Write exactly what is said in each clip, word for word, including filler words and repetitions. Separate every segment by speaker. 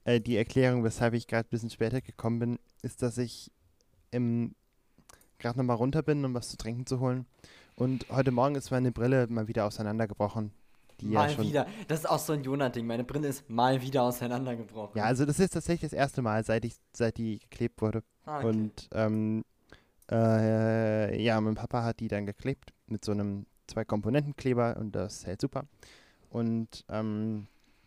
Speaker 1: äh, die Erklärung, weshalb ich gerade ein bisschen später gekommen bin, ist, dass ich im gerade nochmal runter bin, um was zu trinken zu holen. Und heute Morgen ist meine Brille mal wieder auseinandergebrochen. Die
Speaker 2: Mal
Speaker 1: ja schon,
Speaker 2: wieder. Das ist auch so ein Jonah-Ding. Meine Brille ist mal wieder auseinandergebrochen.
Speaker 1: ja, also das ist tatsächlich das erste Mal, seit ich, seit die geklebt wurde.
Speaker 2: Ah, okay.
Speaker 1: Und ähm, äh, ja, mein Papa hat die dann geklebt mit so einem Zwei-Komponenten-Kleber und das hält super. Und ähm,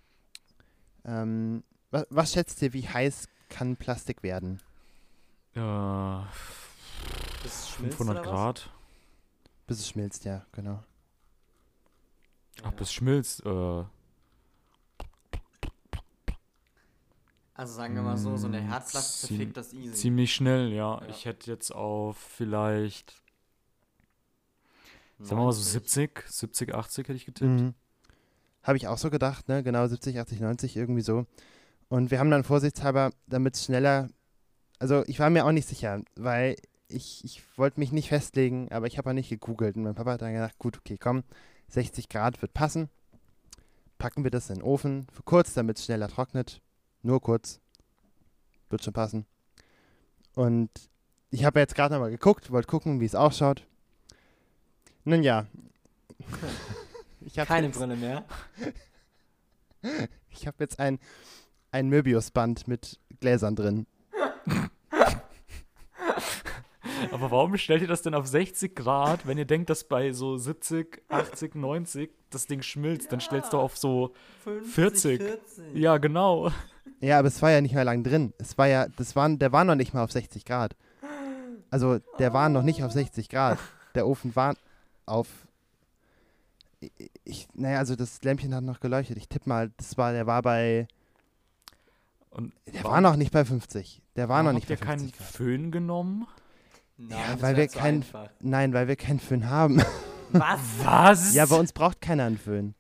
Speaker 1: ähm, was, was schätzt ihr, wie heiß kann Plastik werden?
Speaker 3: Äh,
Speaker 2: Bis es schmilzt
Speaker 3: fünfhundert
Speaker 2: oder was?
Speaker 3: Grad.
Speaker 1: Bis es schmilzt, ja, genau.
Speaker 3: Ach, bis schmilzt. Äh,
Speaker 2: Also sagen wir mal so, so eine
Speaker 3: Mm,
Speaker 2: Herdplatte
Speaker 3: ziem-
Speaker 2: zerfickt das easy.
Speaker 3: ziemlich schnell, ja.
Speaker 2: Ja.
Speaker 3: Ich hätte jetzt auf vielleicht, sagen wir mal so
Speaker 2: neunzig.
Speaker 3: siebzig, siebzig, achtzig hätte ich getippt.
Speaker 1: Mhm. Habe ich auch so gedacht, ne? Genau, siebzig, achtzig, neunzig, irgendwie so. Und wir haben dann vorsichtshalber, damit es schneller, also ich war mir auch nicht sicher, weil ich, ich wollte mich nicht festlegen, aber ich habe auch nicht gegoogelt. Und mein Papa hat dann gedacht, gut, okay, komm, sechzig Grad wird passen. Packen wir das in den Ofen für kurz, damit es schneller trocknet. Nur kurz. Wird schon passen. Und ich habe jetzt gerade nochmal geguckt, wollte gucken, wie es ausschaut. Nun ja. Ich habe
Speaker 2: Keine
Speaker 1: jetzt,
Speaker 2: Brille mehr.
Speaker 1: ich hab jetzt ein, ein Möbiusband mit Gläsern drin.
Speaker 3: Aber warum stellt ihr das denn auf sechzig Grad, wenn ihr denkt, dass bei so siebzig, achtzig, neunzig das Ding schmilzt? Dann stellst du auf so,
Speaker 2: fünfzig,
Speaker 3: vierzig.
Speaker 2: vierzig.
Speaker 3: ja genau.
Speaker 1: Ja, aber es war ja nicht mehr lang drin. Es war ja, das war, der war noch nicht mal auf sechzig Grad. Also, der war noch nicht auf sechzig Grad. Der Ofen war auf, ich, naja, also das Lämpchen hat noch geleuchtet. Ich tippe mal, das war, der war bei,
Speaker 3: Und
Speaker 1: der
Speaker 3: warum-
Speaker 1: war noch nicht bei fünfzig. Der war
Speaker 3: warum
Speaker 1: noch nicht
Speaker 3: habt
Speaker 1: bei
Speaker 3: ihr keinen
Speaker 1: fünfzig Grad.
Speaker 3: Föhn genommen?
Speaker 2: Nein,
Speaker 1: Ja,
Speaker 2: das
Speaker 1: weil
Speaker 2: wär
Speaker 1: wir
Speaker 2: zu
Speaker 1: kein-
Speaker 2: einfach.
Speaker 1: Nein, weil wir keinen Föhn haben.
Speaker 2: Was?
Speaker 3: Was?
Speaker 1: Ja, bei uns braucht keiner einen Föhn.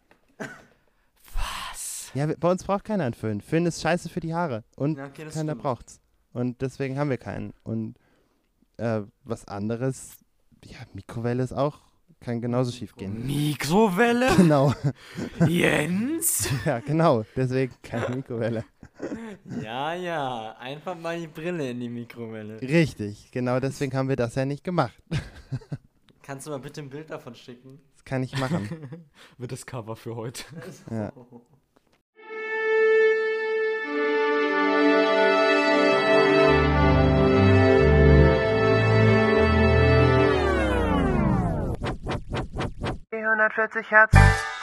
Speaker 3: Was?
Speaker 1: Ja, bei uns braucht keiner einen Föhn. Föhn ist scheiße für die Haare. Und
Speaker 2: Ja, okay, das
Speaker 1: keiner
Speaker 2: stimmt.
Speaker 1: braucht's. Und deswegen haben wir keinen. Und äh, was anderes, ja, Mikrowelle ist auch, kann genauso schief gehen.
Speaker 3: Mikrowelle?
Speaker 1: Genau,
Speaker 3: Jens?
Speaker 1: ja, genau. Deswegen keine Mikrowelle.
Speaker 2: Ja, ja. Einfach mal die Brille in die Mikrowelle.
Speaker 1: Richtig, genau deswegen haben wir das ja nicht gemacht.
Speaker 2: Kannst du mal bitte ein Bild davon schicken?
Speaker 1: Das kann ich machen.
Speaker 3: Wird das Cover für heute.
Speaker 1: Ja. hundertvierzig Hertz.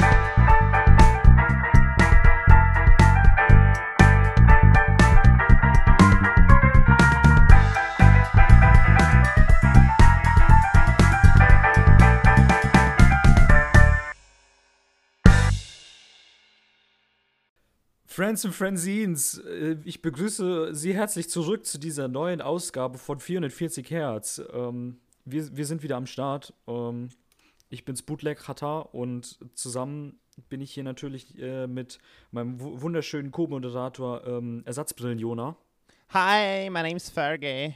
Speaker 3: Friends and Friendsines, äh, ich begrüße Sie herzlich zurück zu dieser neuen Ausgabe von vierhundertvierzig Hertz. Ähm, wir, wir sind wieder am Start. Ähm, ich bin's Bootleg Khatar und zusammen bin ich hier natürlich äh, mit meinem wu- wunderschönen Co-Moderator ähm, Ersatzbrillen Jona.
Speaker 1: Hi, my name's Fergie.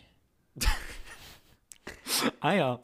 Speaker 3: Ah ja.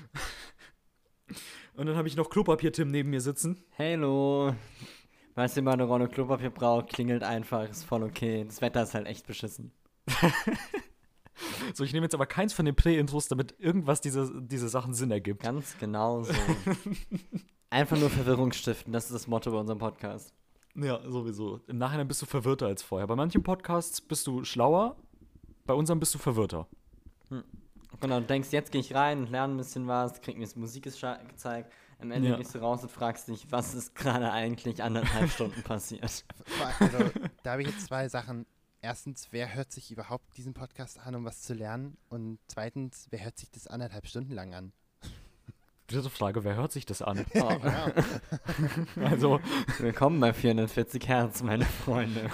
Speaker 3: Und dann habe ich noch Klopapier-Tim neben mir sitzen.
Speaker 2: Hallo. Falls ihr mal eine Rolle Klopapier braucht, klingelt einfach, ist voll okay. Das Wetter ist halt echt beschissen.
Speaker 3: So, ich nehme jetzt aber keins von den Prä-Intros, damit irgendwas diese, diese Sachen Sinn ergibt.
Speaker 2: Ganz genau so. Einfach nur Verwirrung stiften, das ist das Motto bei unserem Podcast.
Speaker 3: Ja, sowieso. Im Nachhinein bist du verwirrter als vorher. Bei manchen Podcasts bist du schlauer, bei unserem bist du verwirrter.
Speaker 2: Genau, du denkst, jetzt gehe ich rein und lerne ein bisschen was, krieg mir jetzt Musik gescha- gezeigt. Am Ende
Speaker 3: Ja.
Speaker 2: gehst du raus und fragst dich, was ist gerade eigentlich anderthalb Stunden passiert.
Speaker 1: Also, da habe ich jetzt zwei Sachen. Erstens, wer hört sich überhaupt diesen Podcast an, um was zu lernen? Und zweitens, wer hört sich das anderthalb Stunden lang an?
Speaker 3: Dritte Frage, wer hört sich das an?
Speaker 2: Oh.
Speaker 3: Also,
Speaker 2: Willkommen bei vierhundertvierzig Hertz, meine Freunde.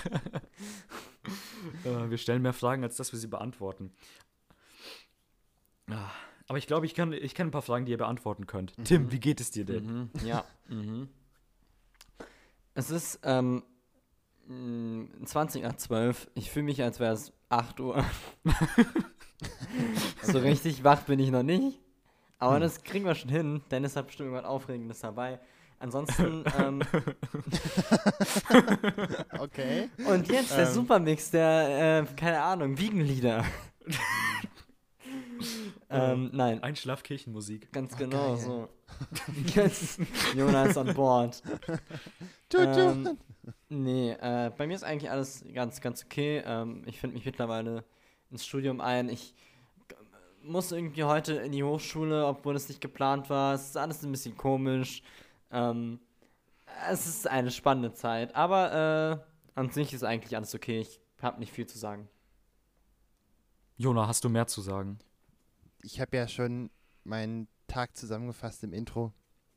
Speaker 3: äh, wir stellen mehr Fragen, als dass wir sie beantworten. Ah, aber ich glaube, ich kann, ich kann ein paar Fragen, die ihr beantworten könnt. Tim, wie geht es dir denn?
Speaker 2: Mhm, ja. Mhm. Es ist ähm, mh, zwanzig nach zwölf. Ich fühle mich, als wäre es acht Uhr. So richtig wach bin ich noch nicht. Aber das kriegen wir schon hin. Dennis hat bestimmt irgendwas Aufregendes dabei. Ansonsten, ähm,
Speaker 1: Okay.
Speaker 2: und jetzt der
Speaker 1: Ähm.
Speaker 2: Supermix der, äh, keine Ahnung, Wiegenlieder. ähm, nein,
Speaker 3: Ein Schlafkirchenmusik.
Speaker 2: ganz
Speaker 1: Oh,
Speaker 2: genau
Speaker 1: geil.
Speaker 2: so. Jetzt, Jonas an Bord.
Speaker 1: Tut,
Speaker 2: Ähm,
Speaker 1: tut.
Speaker 2: Nee, äh, bei mir ist eigentlich alles ganz, ganz okay. Ähm, ich finde mich mittlerweile ins Studium ein. Ich g- muss irgendwie heute in die Hochschule, obwohl es nicht geplant war. Es ist alles ein bisschen komisch. Ähm, Es ist eine spannende Zeit, aber äh, an sich ist eigentlich alles okay. Ich habe nicht viel zu sagen.
Speaker 3: Jona, hast du mehr zu sagen?
Speaker 1: Ich habe ja schon meinen Tag zusammengefasst im Intro.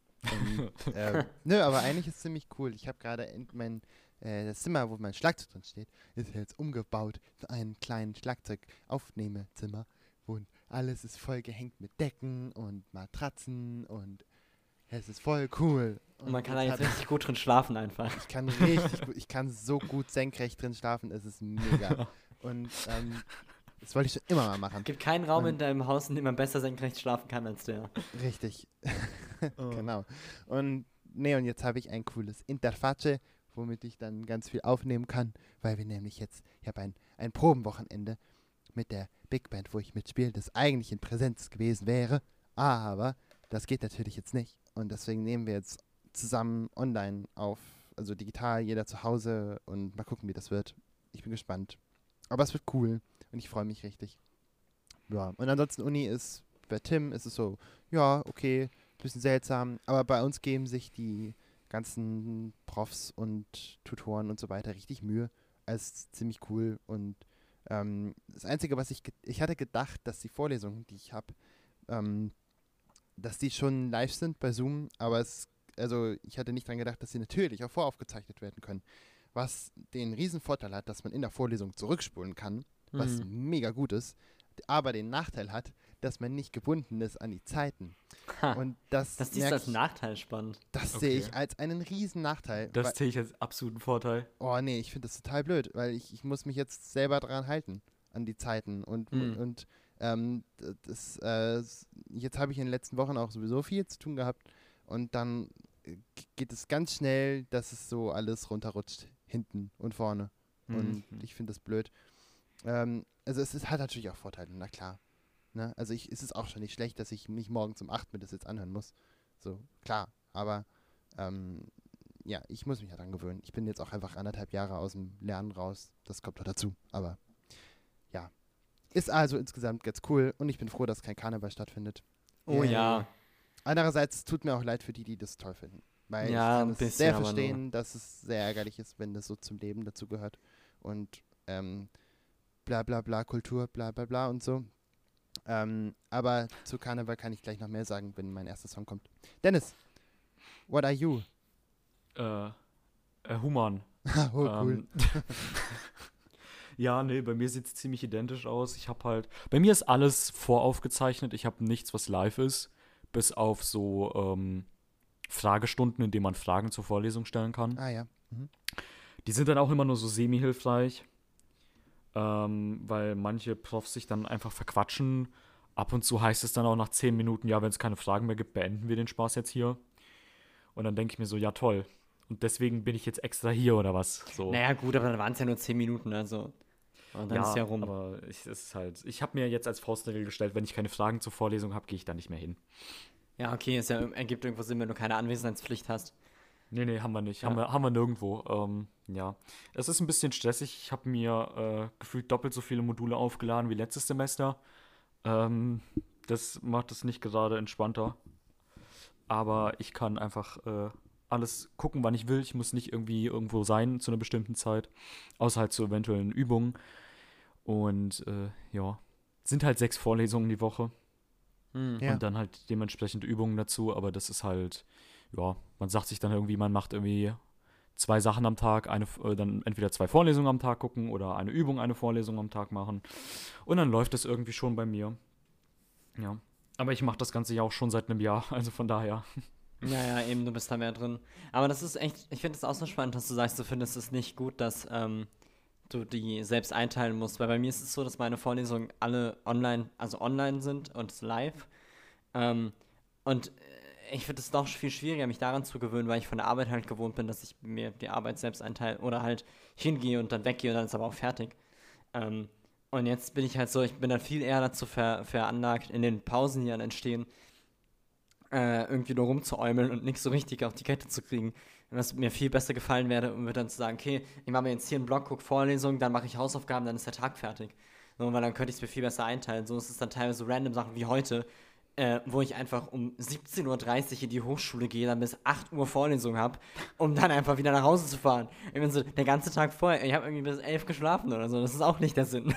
Speaker 1: Und, äh, nö, aber eigentlich ist es ziemlich cool. Ich habe gerade in mein äh, das Zimmer, wo mein Schlagzeug drin steht, ist jetzt umgebaut zu einem kleinen Schlagzeugaufnehmezimmer. Und alles ist voll gehängt mit Decken und Matratzen und es ist voll cool.
Speaker 2: Und man kann da
Speaker 1: jetzt
Speaker 2: jetzt
Speaker 1: hab
Speaker 2: richtig gut drin schlafen einfach.
Speaker 1: ich, ich kann richtig gut, ich kann so gut senkrecht drin schlafen, es ist mega. Und ähm, das wollte ich schon immer mal machen.
Speaker 2: Es gibt keinen Raum
Speaker 1: Und-
Speaker 2: in deinem Haus, in dem man besser senkrecht schlafen kann als der.
Speaker 1: Richtig. Genau. Und nee, und jetzt habe ich ein cooles Interface, womit ich dann ganz viel aufnehmen kann, weil wir nämlich jetzt, ich habe ein, ein Probenwochenende mit der Big Band, wo ich mitspiele, das eigentlich in Präsenz gewesen wäre, aber das geht natürlich jetzt nicht. Und deswegen nehmen wir jetzt zusammen online auf, also digital, jeder zu Hause und mal gucken, wie das wird. Ich bin gespannt. Aber es wird cool und ich freue mich richtig. Ja, und ansonsten Uni ist, bei Tim ist es so, ja, okay, bisschen seltsam, aber bei uns geben sich die ganzen Profs und Tutoren und so weiter richtig Mühe. Es ist ziemlich cool und ähm, das Einzige, was ich, ge- ich hatte gedacht, dass die Vorlesungen, die ich habe, ähm, dass die schon live sind bei Zoom, aber es, also ich hatte nicht dran gedacht, dass sie natürlich auch voraufgezeichnet werden können. Was den riesen Vorteil hat, dass man in der Vorlesung zurückspulen kann, was
Speaker 2: Mhm.
Speaker 1: mega gut ist, aber den Nachteil hat, dass man nicht gebunden ist an die Zeiten.
Speaker 2: Ha,
Speaker 1: Und das,
Speaker 2: das siehst
Speaker 1: merk
Speaker 2: du als
Speaker 1: ich-
Speaker 2: Nachteil spannend.
Speaker 1: das
Speaker 3: Okay.
Speaker 1: sehe ich als einen riesen Nachteil.
Speaker 3: Das
Speaker 1: weil,
Speaker 3: sehe ich als absoluten Vorteil.
Speaker 1: oh nee, ich finde das total blöd, weil ich, ich muss mich jetzt selber dran halten, an die Zeiten. Und,
Speaker 2: Mhm.
Speaker 1: und ähm, d- das, äh, s- jetzt habe ich in den letzten Wochen auch sowieso viel zu tun gehabt. Und dann äh, g- geht es ganz schnell, dass es so alles runterrutscht, hinten und vorne. Und
Speaker 3: Mhm.
Speaker 1: ich finde das blöd. Ähm, also es ist, hat natürlich auch Vorteile, na klar. Ne? Also ich, es ist auch schon nicht schlecht, dass ich mich morgens um acht mir das jetzt anhören muss. So, klar. Aber ähm, ja, ich muss mich ja dran gewöhnen. Ich bin jetzt auch einfach anderthalb Jahre aus dem Lernen raus. Das kommt doch dazu. Aber ja. Ist also insgesamt ganz cool und ich bin froh, dass kein Karneval stattfindet.
Speaker 2: Oh
Speaker 1: Yay.
Speaker 2: ja.
Speaker 1: Andererseits tut mir auch leid für die, die das toll finden. Weil
Speaker 2: Ja,
Speaker 1: ich
Speaker 2: ein
Speaker 1: kann es
Speaker 2: bisschen,
Speaker 1: sehr
Speaker 2: aber
Speaker 1: verstehen, dass es sehr ärgerlich ist, wenn das so zum Leben dazu gehört. Und ähm, bla bla bla, Kultur, bla bla bla und so. Ähm, aber zu Karneval kann ich gleich noch mehr sagen, wenn mein erster Song kommt. Dennis, what are you?
Speaker 3: Äh, äh, Human.
Speaker 1: Oh, cool.
Speaker 3: Ähm, ja, nee, bei mir sieht es ziemlich identisch aus. Ich habe halt, bei mir ist alles voraufgezeichnet. Ich habe nichts, was live ist, bis auf so ähm, Fragestunden, in denen man Fragen zur Vorlesung stellen kann.
Speaker 1: Ah ja. Mhm.
Speaker 3: Die sind dann auch immer nur so semi-hilfreich, ähm, weil manche Profs sich dann einfach verquatschen. Ab und zu heißt es dann auch nach zehn Minuten, ja, wenn es keine Fragen mehr gibt, beenden wir den Spaß jetzt hier. Und dann denke ich mir so, ja toll. Und deswegen bin ich jetzt extra hier oder was? So.
Speaker 2: Naja, gut, aber dann waren es ja nur zehn Minuten, also. Und dann
Speaker 3: ja,
Speaker 2: ist ja rum.
Speaker 3: aber ich, es ist halt, ich habe mir jetzt als Faustregel gestellt, wenn ich keine Fragen zur Vorlesung habe, gehe ich da nicht mehr hin.
Speaker 2: Ja, okay, es ja, ergibt irgendwo Sinn, wenn du keine Anwesenheitspflicht hast.
Speaker 3: Nee, nee, haben wir nicht.
Speaker 2: Ja.
Speaker 3: Haben, wir, haben wir nirgendwo. Ähm, ja. Es ist ein bisschen stressig. Ich habe mir äh, gefühlt doppelt so viele Module aufgeladen wie letztes Semester. Ähm, das macht es nicht gerade entspannter. Aber ich kann einfach äh, alles gucken, wann ich will. Ich muss nicht irgendwie irgendwo sein zu einer bestimmten Zeit. Außer halt zu eventuellen Übungen. Und äh, ja, sind halt sechs Vorlesungen die Woche.
Speaker 2: Hm.
Speaker 1: Ja.
Speaker 3: Und dann halt dementsprechend Übungen dazu, aber das ist halt, ja, man sagt sich dann irgendwie, man macht irgendwie zwei Sachen am Tag, eine, äh, dann entweder zwei Vorlesungen am Tag gucken oder eine Übung, eine Vorlesung am Tag machen. Und dann läuft das irgendwie schon bei mir. Ja. Aber ich mache das Ganze ja auch schon seit einem Jahr, also von daher.
Speaker 2: Ja, ja, eben, du bist da mehr drin. Aber das ist echt, ich finde es auch so spannend, dass du sagst, du findest es nicht gut, dass ähm, du die selbst einteilen musst. Weil bei mir ist es so, dass meine Vorlesungen alle online, also online sind und live. Ähm, und ich finde es doch viel schwieriger, mich daran zu gewöhnen, weil ich von der Arbeit halt gewohnt bin, dass ich mir die Arbeit selbst einteile oder halt hingehe und dann weggehe und dann ist aber auch fertig. Ähm, und jetzt bin ich halt so, ich bin dann viel eher dazu ver, veranlagt, in den Pausen, die dann entstehen, äh, irgendwie nur rumzuäumeln und nichts so richtig auf die Kette zu kriegen. Und was mir viel besser gefallen wäre, um dann zu sagen, okay, ich mache mir jetzt hier einen Blog, gucke Vorlesungen, dann mache ich Hausaufgaben, dann ist der Tag fertig. So, weil dann könnte ich es mir viel besser einteilen. So ist es dann teilweise so random Sachen wie heute, äh, wo ich einfach um siebzehn Uhr dreißig in die Hochschule gehe, dann bis acht Uhr Vorlesung habe, um dann einfach wieder nach Hause zu fahren. Ich bin so, der ganze Tag vorher, ich habe irgendwie bis elf geschlafen oder so, das ist auch nicht der Sinn.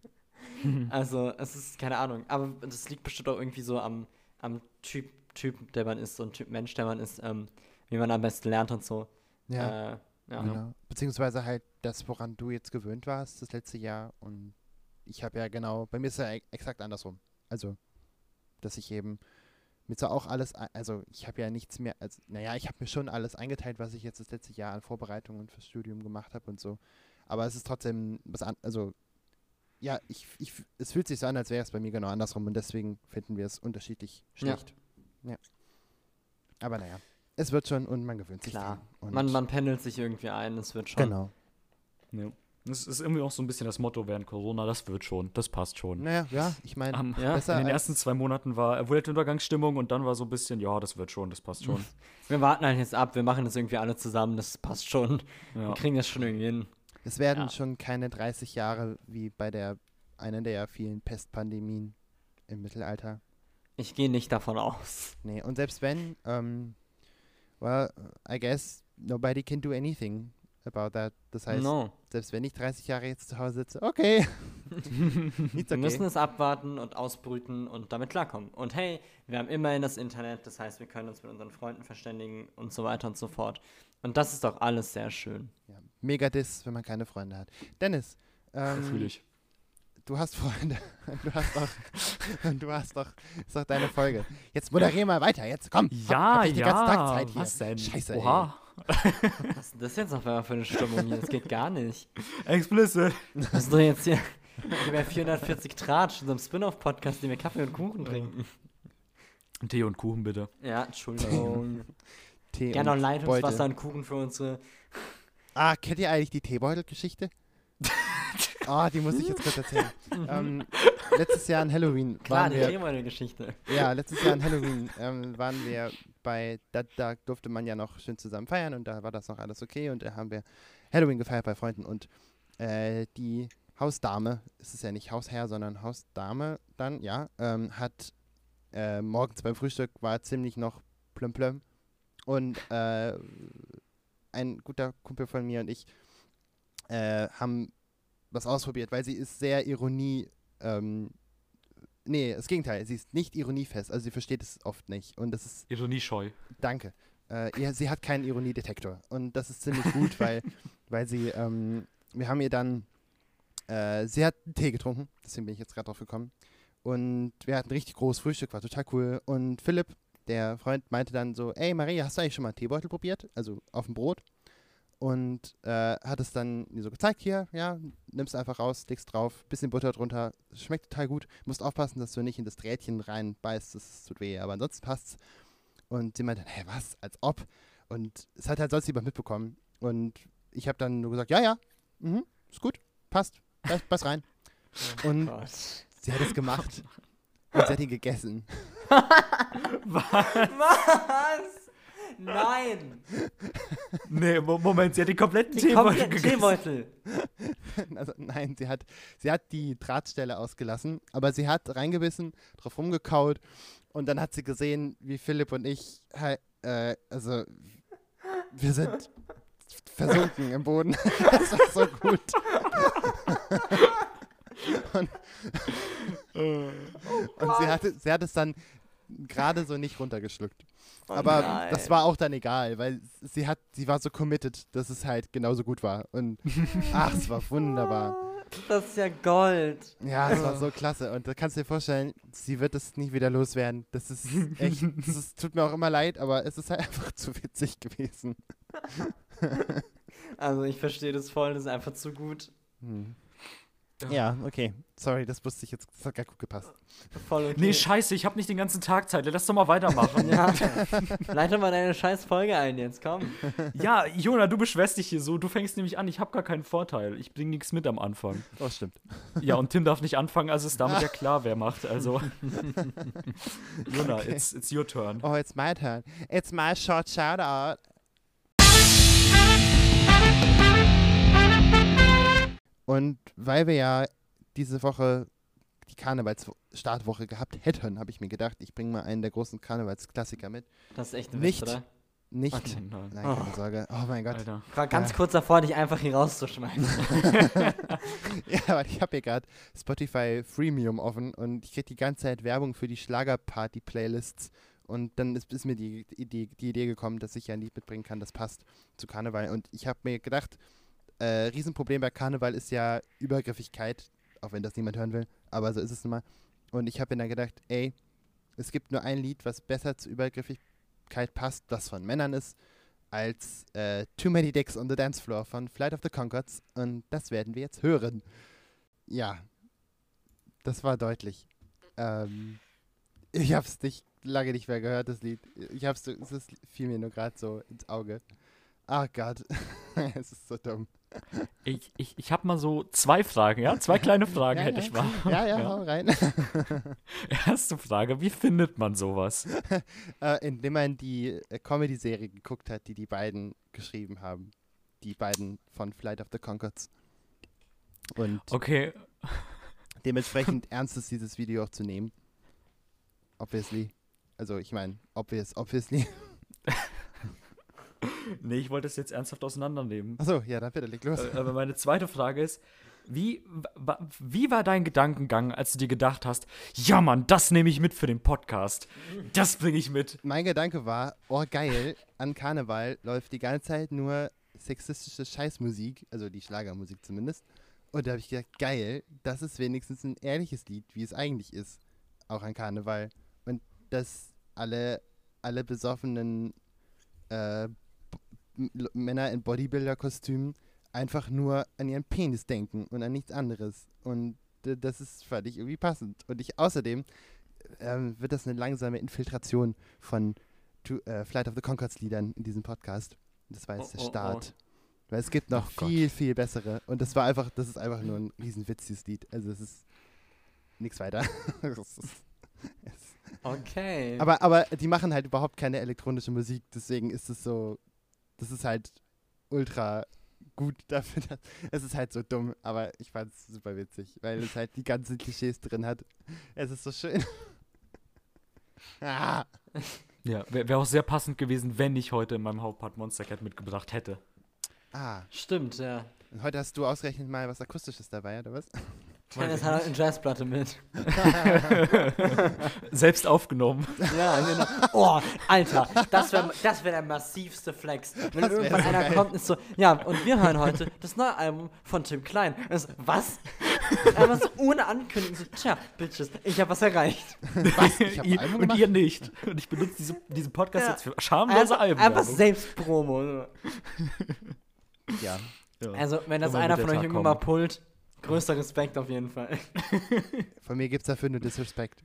Speaker 2: Also, es ist, keine Ahnung, aber das liegt bestimmt auch irgendwie so am, am Typ, Typ, der man ist, so ein Typ Mensch, der man ist, ähm, wie man am besten lernt und so.
Speaker 1: Ja,
Speaker 2: Äh, ja.
Speaker 1: genau. Beziehungsweise halt das, woran du jetzt gewöhnt warst, das letzte Jahr. Und ich habe ja genau, bei mir ist ja e- exakt andersrum. Also, dass ich eben mit so auch alles, ei- also ich habe ja nichts mehr, also, naja, ich habe mir schon alles eingeteilt, was ich jetzt das letzte Jahr an Vorbereitungen fürs Studium gemacht habe und so. Aber es ist trotzdem was an, also ja, ich, ich, es fühlt sich so an, als wäre es bei mir genau andersrum und deswegen finden wir es unterschiedlich schlecht. Ja. Aber naja, es wird schon und man gewöhnt sich
Speaker 2: Klar,
Speaker 1: dran. Und
Speaker 2: man, man pendelt sich irgendwie ein, es wird schon.
Speaker 1: genau.
Speaker 3: Ja. Das ist irgendwie auch so ein bisschen das Motto während Corona, das wird schon, das passt schon.
Speaker 1: Naja, ja, ich meine,
Speaker 3: Am-
Speaker 2: Ja,
Speaker 1: besser
Speaker 3: In den
Speaker 1: als,
Speaker 3: ersten zwei Monaten war Weltuntergangsstimmung und dann war so ein bisschen, ja, das wird schon, das passt schon.
Speaker 2: Wir warten halt jetzt ab, wir machen das irgendwie alle zusammen, das passt schon.
Speaker 3: Ja.
Speaker 2: Wir kriegen das schon irgendwie hin.
Speaker 1: es werden
Speaker 2: ja.
Speaker 1: schon keine dreißig Jahre wie bei der einer der vielen Pestpandemien im Mittelalter.
Speaker 2: Ich gehe nicht davon aus.
Speaker 1: Nee, und selbst wenn, ähm, well, I guess nobody can do anything about that. Das heißt,
Speaker 2: No.
Speaker 1: selbst wenn ich dreißig Jahre jetzt zu Hause sitze, okay. It's
Speaker 2: Wir müssen
Speaker 1: okay.
Speaker 2: es abwarten und ausbrüten und damit klarkommen. Und hey, wir haben immerhin das Internet, das heißt, wir können uns mit unseren Freunden verständigen und so weiter und so fort. Und das ist doch alles sehr schön.
Speaker 1: Ja, mega Diss, wenn man keine Freunde hat. Dennis, ähm,
Speaker 3: Fühl ich.
Speaker 1: du hast Freunde. Du hast doch, du hast doch, ist doch deine Folge. Jetzt moderier mal weiter, jetzt komm.
Speaker 3: Ja,
Speaker 1: hab ich die
Speaker 3: ja,
Speaker 1: ganze Tag Zeit hier.
Speaker 3: was denn?
Speaker 1: Scheiße,
Speaker 3: Oha.
Speaker 2: Was ist denn das jetzt auf einmal für eine Stimmung hier? Das geht gar nicht.
Speaker 3: Explicit.
Speaker 2: Das ist doch jetzt hier hier bei vierhundertvierzig Tratsch, unserem Spin-off-Podcast, den wir Kaffee und Kuchen trinken.
Speaker 3: Tee und Kuchen bitte.
Speaker 2: Ja, Entschuldigung.
Speaker 1: Tee
Speaker 2: Gerne noch
Speaker 1: und
Speaker 2: Leitungswasser
Speaker 1: Beutel.
Speaker 2: und Kuchen für unsere.
Speaker 1: Ah, kennt ihr eigentlich die Teebeutel-Geschichte? Ah, die muss ich jetzt kurz erzählen. ähm, letztes Jahr an Halloween
Speaker 2: Klar,
Speaker 1: waren
Speaker 2: die
Speaker 1: wir,
Speaker 2: Teebeutel-Geschichte.
Speaker 1: ja, letztes Jahr an Halloween ähm, waren wir bei, da, da durfte man ja noch schön zusammen feiern und da war das noch alles okay und da haben wir Halloween gefeiert bei Freunden und äh, die Hausdame, es ist ja nicht Hausherr, sondern Hausdame dann, ja, ähm, hat äh, morgens beim Frühstück war ziemlich noch plöm plöm und äh, ein guter Kumpel von mir und ich äh, haben was ausprobiert, weil sie ist sehr Ironie, ähm, nee, das Gegenteil, sie ist nicht ironiefest, also sie versteht es oft nicht und das ist,
Speaker 3: Ironiescheu.
Speaker 1: danke, äh, ja, sie hat keinen Ironiedetektor und das ist ziemlich gut, weil, weil sie, ähm, wir haben ihr dann, äh, sie hat einen Tee getrunken, deswegen bin ich jetzt gerade drauf gekommen und wir hatten ein richtig großes Frühstück, war total cool und Philipp, der Freund, meinte dann so, ey Maria, hast du eigentlich schon mal einen Teebeutel probiert, also auf dem Brot? Und äh, hat es dann mir so gezeigt, hier, ja, nimmst einfach raus, legst drauf, bisschen Butter drunter, schmeckt total gut. Musst aufpassen, dass du nicht in das Drähtchen reinbeißt, das tut weh, aber ansonsten passt's. Und sie meinte dann, hä, was, als ob? Und es hat halt sonst jemand mitbekommen. Und ich habe dann nur gesagt, ja, ja, mhm, ist gut, passt, beiß, beiß rein. Und
Speaker 2: Gott.
Speaker 1: sie hat es gemacht und sie hat ihn gegessen.
Speaker 2: Was? Nein!
Speaker 3: Nee, Mo- Moment, sie hat den kompletten
Speaker 2: Die
Speaker 3: Teebeutel
Speaker 2: kompletten
Speaker 3: gegessen.
Speaker 2: Teebeutel.
Speaker 1: Also nein, sie hat, sie hat die Drahtstelle ausgelassen, aber sie hat reingebissen, drauf rumgekaut und dann hat sie gesehen, wie Philipp und ich, halt, äh, also wir sind versunken im Boden. Das war so gut. und und sie, hatte, sie hat es dann gerade so nicht runtergeschluckt.
Speaker 2: Oh
Speaker 1: Aber
Speaker 2: nein.
Speaker 1: das war auch dann egal, weil sie hat, sie war so committed, dass es halt genauso gut war. Und ach, es war wunderbar.
Speaker 2: Das ist ja Gold.
Speaker 1: Ja, es war so klasse. Und da kannst du dir vorstellen, sie wird es nie wieder loswerden. Das ist echt, das ist, tut mir auch immer leid, aber es ist halt einfach zu witzig gewesen.
Speaker 2: Also ich verstehe das voll, das ist einfach zu gut.
Speaker 1: Hm. Ja, okay. Sorry, das wusste ich jetzt. Das hat gar gut gepasst.
Speaker 2: Voll okay.
Speaker 3: Nee, scheiße, ich hab nicht den ganzen Tag Zeit. Lass doch mal weitermachen.
Speaker 2: Ja, leite mal deine scheiß Folge ein jetzt, komm.
Speaker 3: Ja, Jona, du beschwerst dich hier so. Du fängst nämlich an. Ich hab gar keinen Vorteil. Ich bring nichts mit am Anfang.
Speaker 1: Oh, stimmt.
Speaker 3: Ja, und Tim darf nicht anfangen, also ist damit ja klar, wer macht. Also, Jona,
Speaker 1: Okay.
Speaker 3: it's, it's your turn.
Speaker 1: Oh, it's my turn. It's my short shout out. Und weil wir ja diese Woche die Karnevalsstartwoche gehabt hätten, habe ich mir gedacht, ich bringe mal einen der großen Karnevalsklassiker mit.
Speaker 2: Das ist echt ein
Speaker 1: Nicht.
Speaker 2: Witz, oder?
Speaker 1: Nicht.
Speaker 2: Okay.
Speaker 3: Nein.
Speaker 1: Nein, keine Sorge. Oh mein Gott.
Speaker 3: Alter.
Speaker 2: Ich war ganz
Speaker 1: Ja.
Speaker 2: kurz davor, dich einfach hier rauszuschmeißen.
Speaker 1: Ja, aber ich habe hier gerade Spotify Freemium offen und ich kriege die ganze Zeit Werbung für die Schlagerparty-Playlists. Und dann ist, ist mir die Idee, die Idee gekommen, dass ich ja ein Lied mitbringen kann, das passt zu Karneval. Und ich habe mir gedacht, äh, Riesenproblem bei Karneval ist ja Übergriffigkeit, auch wenn das niemand hören will, aber so ist es nun mal. Und ich habe mir dann gedacht, ey, es gibt nur ein Lied, was besser zu Übergriffigkeit passt, das von Männern ist, als äh, Too Many Dicks on the Dance Floor von Flight of the Conchords. Und das werden wir jetzt hören. Ja, das war deutlich. Ähm, ich habe es nicht lange nicht mehr gehört, das Lied. Ich hab's so, es ist, fiel mir nur gerade so ins Auge. Ach Gott, es ist so dumm.
Speaker 3: Ich, ich, ich habe mal so zwei Fragen, ja? Zwei kleine Fragen
Speaker 1: Ja,
Speaker 3: hätte
Speaker 1: ja.
Speaker 3: ich mal.
Speaker 1: Ja, ja,
Speaker 3: Ja.
Speaker 1: hau rein.
Speaker 3: Erste Frage, wie findet man sowas?
Speaker 1: äh, indem man die äh, Comedy-Serie geguckt hat, die die beiden geschrieben haben. Die beiden von Flight of the Conchords. Und
Speaker 3: Okay,
Speaker 1: dementsprechend ernst ist dieses Video auch zu nehmen. Obviously. Also ich meine, obvious, obviously.
Speaker 3: nee, ich wollte es jetzt ernsthaft auseinandernehmen.
Speaker 1: Achso, ja, dann bitte, leg los.
Speaker 3: Äh, Aber meine zweite Frage ist, wie, wa, wie war dein Gedankengang, als du dir gedacht hast, ja Mann, das nehme ich mit für den Podcast. Das bringe ich mit.
Speaker 1: Mein Gedanke war, oh geil, an Karneval läuft die ganze Zeit nur sexistische Scheißmusik, also die Schlagermusik zumindest. Und da habe ich gedacht, geil, das ist wenigstens ein ehrliches Lied, wie es eigentlich ist, auch an Karneval. Und dass alle, alle besoffenen äh, B- M- Männer in Bodybuilder-Kostümen einfach nur an ihren Penis denken und an nichts anderes. Und äh, das ist völlig irgendwie passend. Und ich außerdem ähm, wird das eine langsame Infiltration von to, äh, Flight of the Conchords Liedern in diesem Podcast. Das war jetzt
Speaker 2: Oh,
Speaker 1: der
Speaker 2: oh,
Speaker 1: Start. Weil es gibt noch
Speaker 3: Oh Gott.
Speaker 1: viel, viel bessere. Und das war einfach, das ist einfach nur ein Riesenwitz, dieses Lied. Also es ist nichts weiter. Es ist- es-
Speaker 2: Okay.
Speaker 1: aber, aber die machen halt überhaupt keine elektronische Musik, deswegen ist es so, das ist halt ultra gut dafür, dass, es ist halt so dumm, aber ich fand es super witzig, weil es halt die ganzen Klischees drin hat. Es ist so schön. ah.
Speaker 3: Ja, wäre wär auch sehr passend gewesen, wenn ich heute in meinem Hauptpart Monster Cat mitgebracht hätte.
Speaker 1: ah,
Speaker 2: Stimmt, ja.
Speaker 1: und heute hast du ausgerechnet mal was Akustisches dabei, oder was?
Speaker 2: Dennis hat eine Jazzplatte mit.
Speaker 3: Selbst aufgenommen.
Speaker 2: Ja, genau. Oh, Alter, das wäre das wär der massivste Flex. Wenn
Speaker 1: Das wär
Speaker 2: irgendwann
Speaker 1: so
Speaker 2: einer
Speaker 1: geil.
Speaker 2: kommt und ist so, ja, und wir hören heute das neue Album von Tim Klein. Und ist, was? Einfach so ohne Ankündigung, so, tja, Bitches, ich habe was erreicht.
Speaker 1: Was? Ich hab ein
Speaker 3: Ihr-
Speaker 1: Album
Speaker 3: und
Speaker 1: gemacht?
Speaker 3: ihr nicht. Und ich benutze diese, diesen Podcast
Speaker 2: Ja.
Speaker 3: jetzt für schamlose
Speaker 2: Einfach,
Speaker 3: Alben.
Speaker 2: einfach Selbstpromo. So.
Speaker 1: Ja.
Speaker 3: Ja.
Speaker 2: Also, wenn das
Speaker 3: Irgendwann
Speaker 2: einer
Speaker 3: wird
Speaker 2: von
Speaker 3: der
Speaker 2: euch
Speaker 3: Tag
Speaker 2: irgendwann mal
Speaker 3: kommen.
Speaker 2: pullt, größter Respekt auf jeden Fall.
Speaker 1: Von mir gibt es dafür nur Disrespect.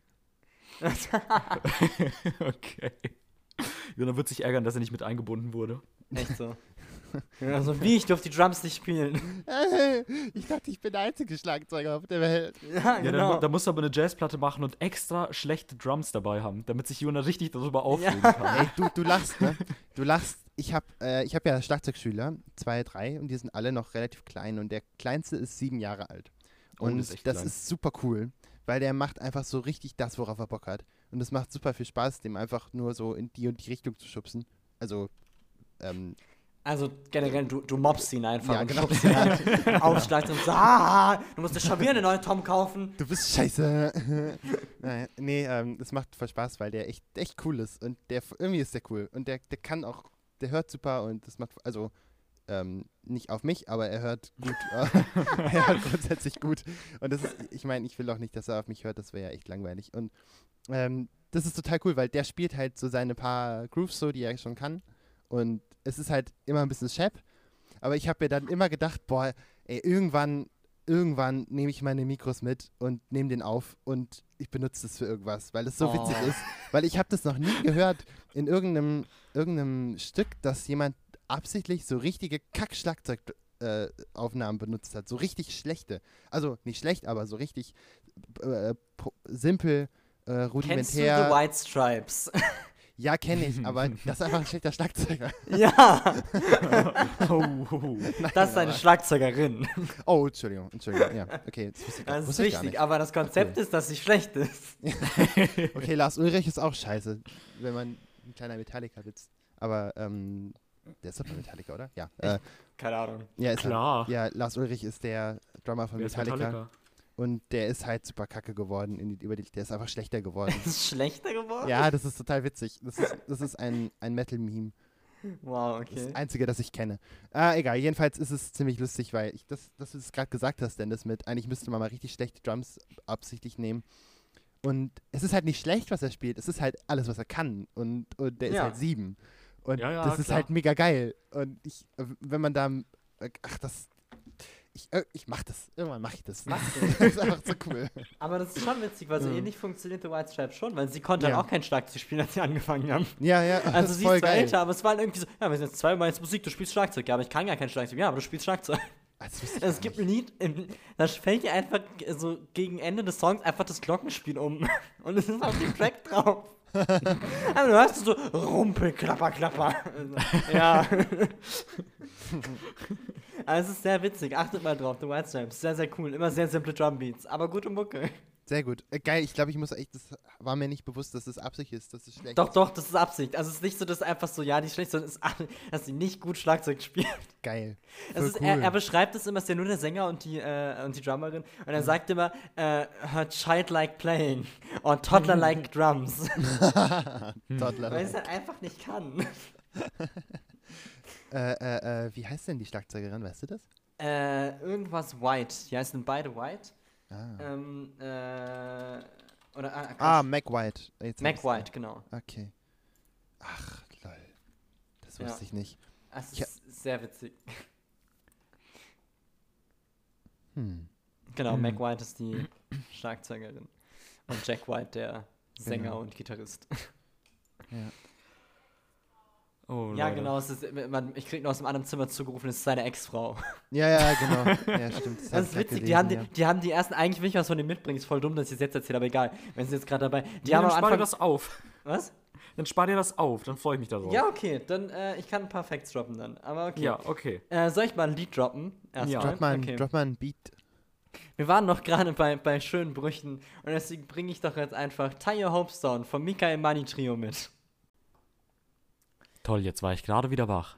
Speaker 3: Okay. Jona wird sich ärgern, dass er nicht mit eingebunden wurde.
Speaker 2: Echt so. Also, wie, ich durfte die Drums nicht spielen.
Speaker 1: Ich dachte, ich bin der einzige Schlagzeuger auf der Welt.
Speaker 2: Ja,
Speaker 3: Ja, da,
Speaker 2: genau.
Speaker 3: da musst du aber eine Jazzplatte machen und extra schlechte Drums dabei haben, damit sich Jona richtig darüber aufregen
Speaker 2: Ja.
Speaker 3: kann.
Speaker 1: Ey, du, du lachst, ne? Du lachst. Ich habe äh, ich hab ja Schlagzeugschüler, zwei, drei, und die sind alle noch relativ klein. Und der kleinste ist sieben Jahre alt.
Speaker 3: Oh,
Speaker 1: Und
Speaker 3: das
Speaker 1: das,
Speaker 3: ist echt klein.
Speaker 1: ist super cool, weil der macht einfach so richtig das, worauf er Bock hat. Und es macht super viel Spaß, dem einfach nur so in die und die Richtung zu schubsen. Also, ähm,
Speaker 2: Also generell, du, du mobst ihn einfach
Speaker 1: Ja,
Speaker 2: und
Speaker 1: genau.
Speaker 2: schubst ihn halt aufschlagst und so, ah, du musst dir schon wieder eine neue Tom kaufen.
Speaker 1: du bist scheiße. Nein, nee, ähm, es macht voll Spaß, weil der echt, echt cool ist. Und der irgendwie ist der cool. Und der, der kann auch, der hört super und das macht, also, ähm, nicht auf mich, aber er hört gut. Er hört grundsätzlich gut. Und das ist, ich meine, ich will auch nicht, dass er auf mich hört, das wäre ja echt langweilig. Und ähm, das ist total cool, weil der spielt halt so seine paar Grooves so, die er schon kann. Und es ist halt immer ein bisschen Shap. Aber ich habe mir dann immer gedacht, boah, ey, irgendwann, irgendwann nehme ich meine Mikros mit und nehme den auf und ich benutze das für irgendwas, weil es so
Speaker 2: Oh.
Speaker 1: witzig ist. Weil ich habe das noch nie gehört in irgendeinem, irgendeinem Stück, dass jemand absichtlich so richtige Kack-Schlagzeug-Aufnahmen benutzt hat. So richtig schlechte. Also nicht schlecht, aber so richtig äh, pro- simpel, äh,
Speaker 2: Kennst du
Speaker 1: rudimentär.
Speaker 2: The White Stripes?
Speaker 1: Ja, kenne ich, aber das ist einfach ein schlechter Schlagzeuger.
Speaker 2: Ja,
Speaker 3: Oh, oh, oh.
Speaker 2: das ist eine Schlagzeugerin.
Speaker 1: Oh, Entschuldigung, Entschuldigung, ja. Okay, das wusste ich, gar-
Speaker 2: Das ist
Speaker 1: wusste ich gar
Speaker 2: wichtig,
Speaker 1: nicht.
Speaker 2: aber das Konzept ist, dass sie schlecht ist.
Speaker 1: Okay, Lars Ulrich ist auch scheiße, wenn man ein kleiner Metallica-Witz. Aber, ähm, der ist doch bei Metallica, oder? Ja. Äh,
Speaker 2: Keine Ahnung.
Speaker 1: ja, ist
Speaker 3: Klar.
Speaker 1: Er. Ja, Lars Ulrich ist der Drummer von
Speaker 3: Wer ist
Speaker 1: Metallica,
Speaker 3: Metallica?
Speaker 1: Und der ist halt super kacke geworden. In die, über die, der ist einfach schlechter geworden.
Speaker 2: Ist schlechter geworden?
Speaker 1: Ja, das ist total witzig. Das ist, das ist ein, ein Metal-Meme.
Speaker 2: Wow,
Speaker 1: Das
Speaker 2: okay.
Speaker 1: einzige, das ich kenne. Ah, egal, jedenfalls ist es ziemlich lustig, weil ich das, dass du das gerade gesagt hast, Dennis, mit eigentlich müsste man mal richtig schlechte Drums absichtlich nehmen. Und es ist halt nicht schlecht, was er spielt, es ist halt alles, was er kann. Und, und der ist
Speaker 2: Ja.
Speaker 1: halt sieben. Und
Speaker 3: Ja, ja,
Speaker 1: das ist
Speaker 3: klar.
Speaker 1: halt mega geil. Und ich, äh, wenn man da, äh, ach, das, ich, äh, ich mach das. Irgendwann mach ich das.
Speaker 2: Mach
Speaker 1: Das ist einfach so cool.
Speaker 2: Aber das ist schon witzig, weil so
Speaker 1: Ja.
Speaker 2: ähnlich funktioniert The White Stripes schon, weil sie konnte
Speaker 1: Ja.
Speaker 2: halt auch kein Schlagzeug spielen, als sie angefangen haben.
Speaker 1: Ja, ja, das
Speaker 2: Also
Speaker 1: ist
Speaker 2: sie
Speaker 1: voll
Speaker 2: ist zwar
Speaker 1: geil.
Speaker 2: älter, aber es war halt irgendwie so, ja, wir sind jetzt zweimal jetzt Musik, du spielst Schlagzeug. Ja, aber ich kann gar kein Schlagzeug. Ja, aber du spielst Schlagzeug.
Speaker 1: Ah, das wusste ich
Speaker 2: Es
Speaker 1: gar
Speaker 2: gibt
Speaker 1: nicht.
Speaker 2: ein Lied, im- da fällt dir einfach so gegen Ende des Songs einfach das Glockenspiel um. Und es ist auf dem Track drauf. Aber du hörst so Rumpel, Klapper, Klapper. Also, ja. Also es ist sehr witzig. Achtet mal drauf, The White Stripes. Sehr, sehr cool. Immer sehr simple Drumbeats. Aber gute Mucke.
Speaker 1: Sehr gut. Äh, geil, ich glaube, ich muss echt, das war mir nicht bewusst, dass das Absicht ist, dass es schlecht
Speaker 2: Doch,
Speaker 1: ist.
Speaker 2: doch, das ist Absicht. Also es ist nicht so, dass einfach so, ja, die ist schlecht, sondern es ist, ab- dass sie nicht gut Schlagzeug spielt.
Speaker 1: Geil.
Speaker 2: Es
Speaker 1: Voll
Speaker 2: ist,
Speaker 1: cool.
Speaker 2: er, er beschreibt es immer, es ist ja nur der Sänger und die, äh, und die Drummerin. Und er sagt immer, äh, her child-like playing or toddler-like drums.
Speaker 1: Toddler.
Speaker 2: Weil es halt einfach nicht kann.
Speaker 1: Äh, äh, äh, wie heißt denn die Schlagzeugerin, weißt du das?
Speaker 2: Äh, irgendwas White. Die heißen beide White.
Speaker 1: Ah,
Speaker 2: Ähm, äh, oder, ah,
Speaker 1: ah Mac White. Jetzt
Speaker 2: Mac
Speaker 1: hab ich's.
Speaker 2: White, genau.
Speaker 1: Okay. Ach, lol. Das
Speaker 2: Ja.
Speaker 1: wusste ich nicht.
Speaker 2: Es
Speaker 1: Ja.
Speaker 2: ist sehr witzig.
Speaker 1: Hm.
Speaker 2: Genau,
Speaker 3: Hm.
Speaker 2: Mac White ist die Schlagzeugerin. Und Jack White, der Sänger
Speaker 1: Genau.
Speaker 2: und Gitarrist.
Speaker 1: Ja.
Speaker 3: Oh,
Speaker 2: Ja,
Speaker 3: Leute.
Speaker 2: genau. Es ist, man, ich krieg noch aus dem anderen Zimmer zugerufen, es ist seine Ex-Frau.
Speaker 1: ja, ja, genau. Ja, stimmt.
Speaker 2: Das
Speaker 1: hab ich
Speaker 2: ist
Speaker 1: grad
Speaker 2: witzig.
Speaker 1: gelesen,
Speaker 2: Die haben,
Speaker 1: ja.
Speaker 2: die, die haben die ersten, eigentlich will ich was von dem mitbringen, ist voll dumm, dass ich es jetzt erzähle, aber egal. Wenn sie jetzt gerade dabei. Die
Speaker 3: Nee,
Speaker 2: haben
Speaker 3: dann
Speaker 2: am
Speaker 3: spar dir
Speaker 2: Anfang.
Speaker 3: das auf.
Speaker 2: Was?
Speaker 3: Dann spar dir das auf, dann freue ich mich darauf.
Speaker 2: Ja, okay. Dann, äh, ich kann ein paar Facts droppen dann. Aber okay.
Speaker 3: Ja, okay.
Speaker 2: Äh, soll ich mal ein Lied droppen? Erstmal?
Speaker 3: Ja.
Speaker 1: Drop mal, ein-
Speaker 2: okay.
Speaker 1: drop mal einen Beat.
Speaker 2: Wir waren noch gerade bei, bei schönen Brüchen und deswegen bringe ich doch jetzt einfach Tie Your Hopes Down vom Michael Money Trio mit.
Speaker 3: Toll, jetzt war ich gerade wieder wach.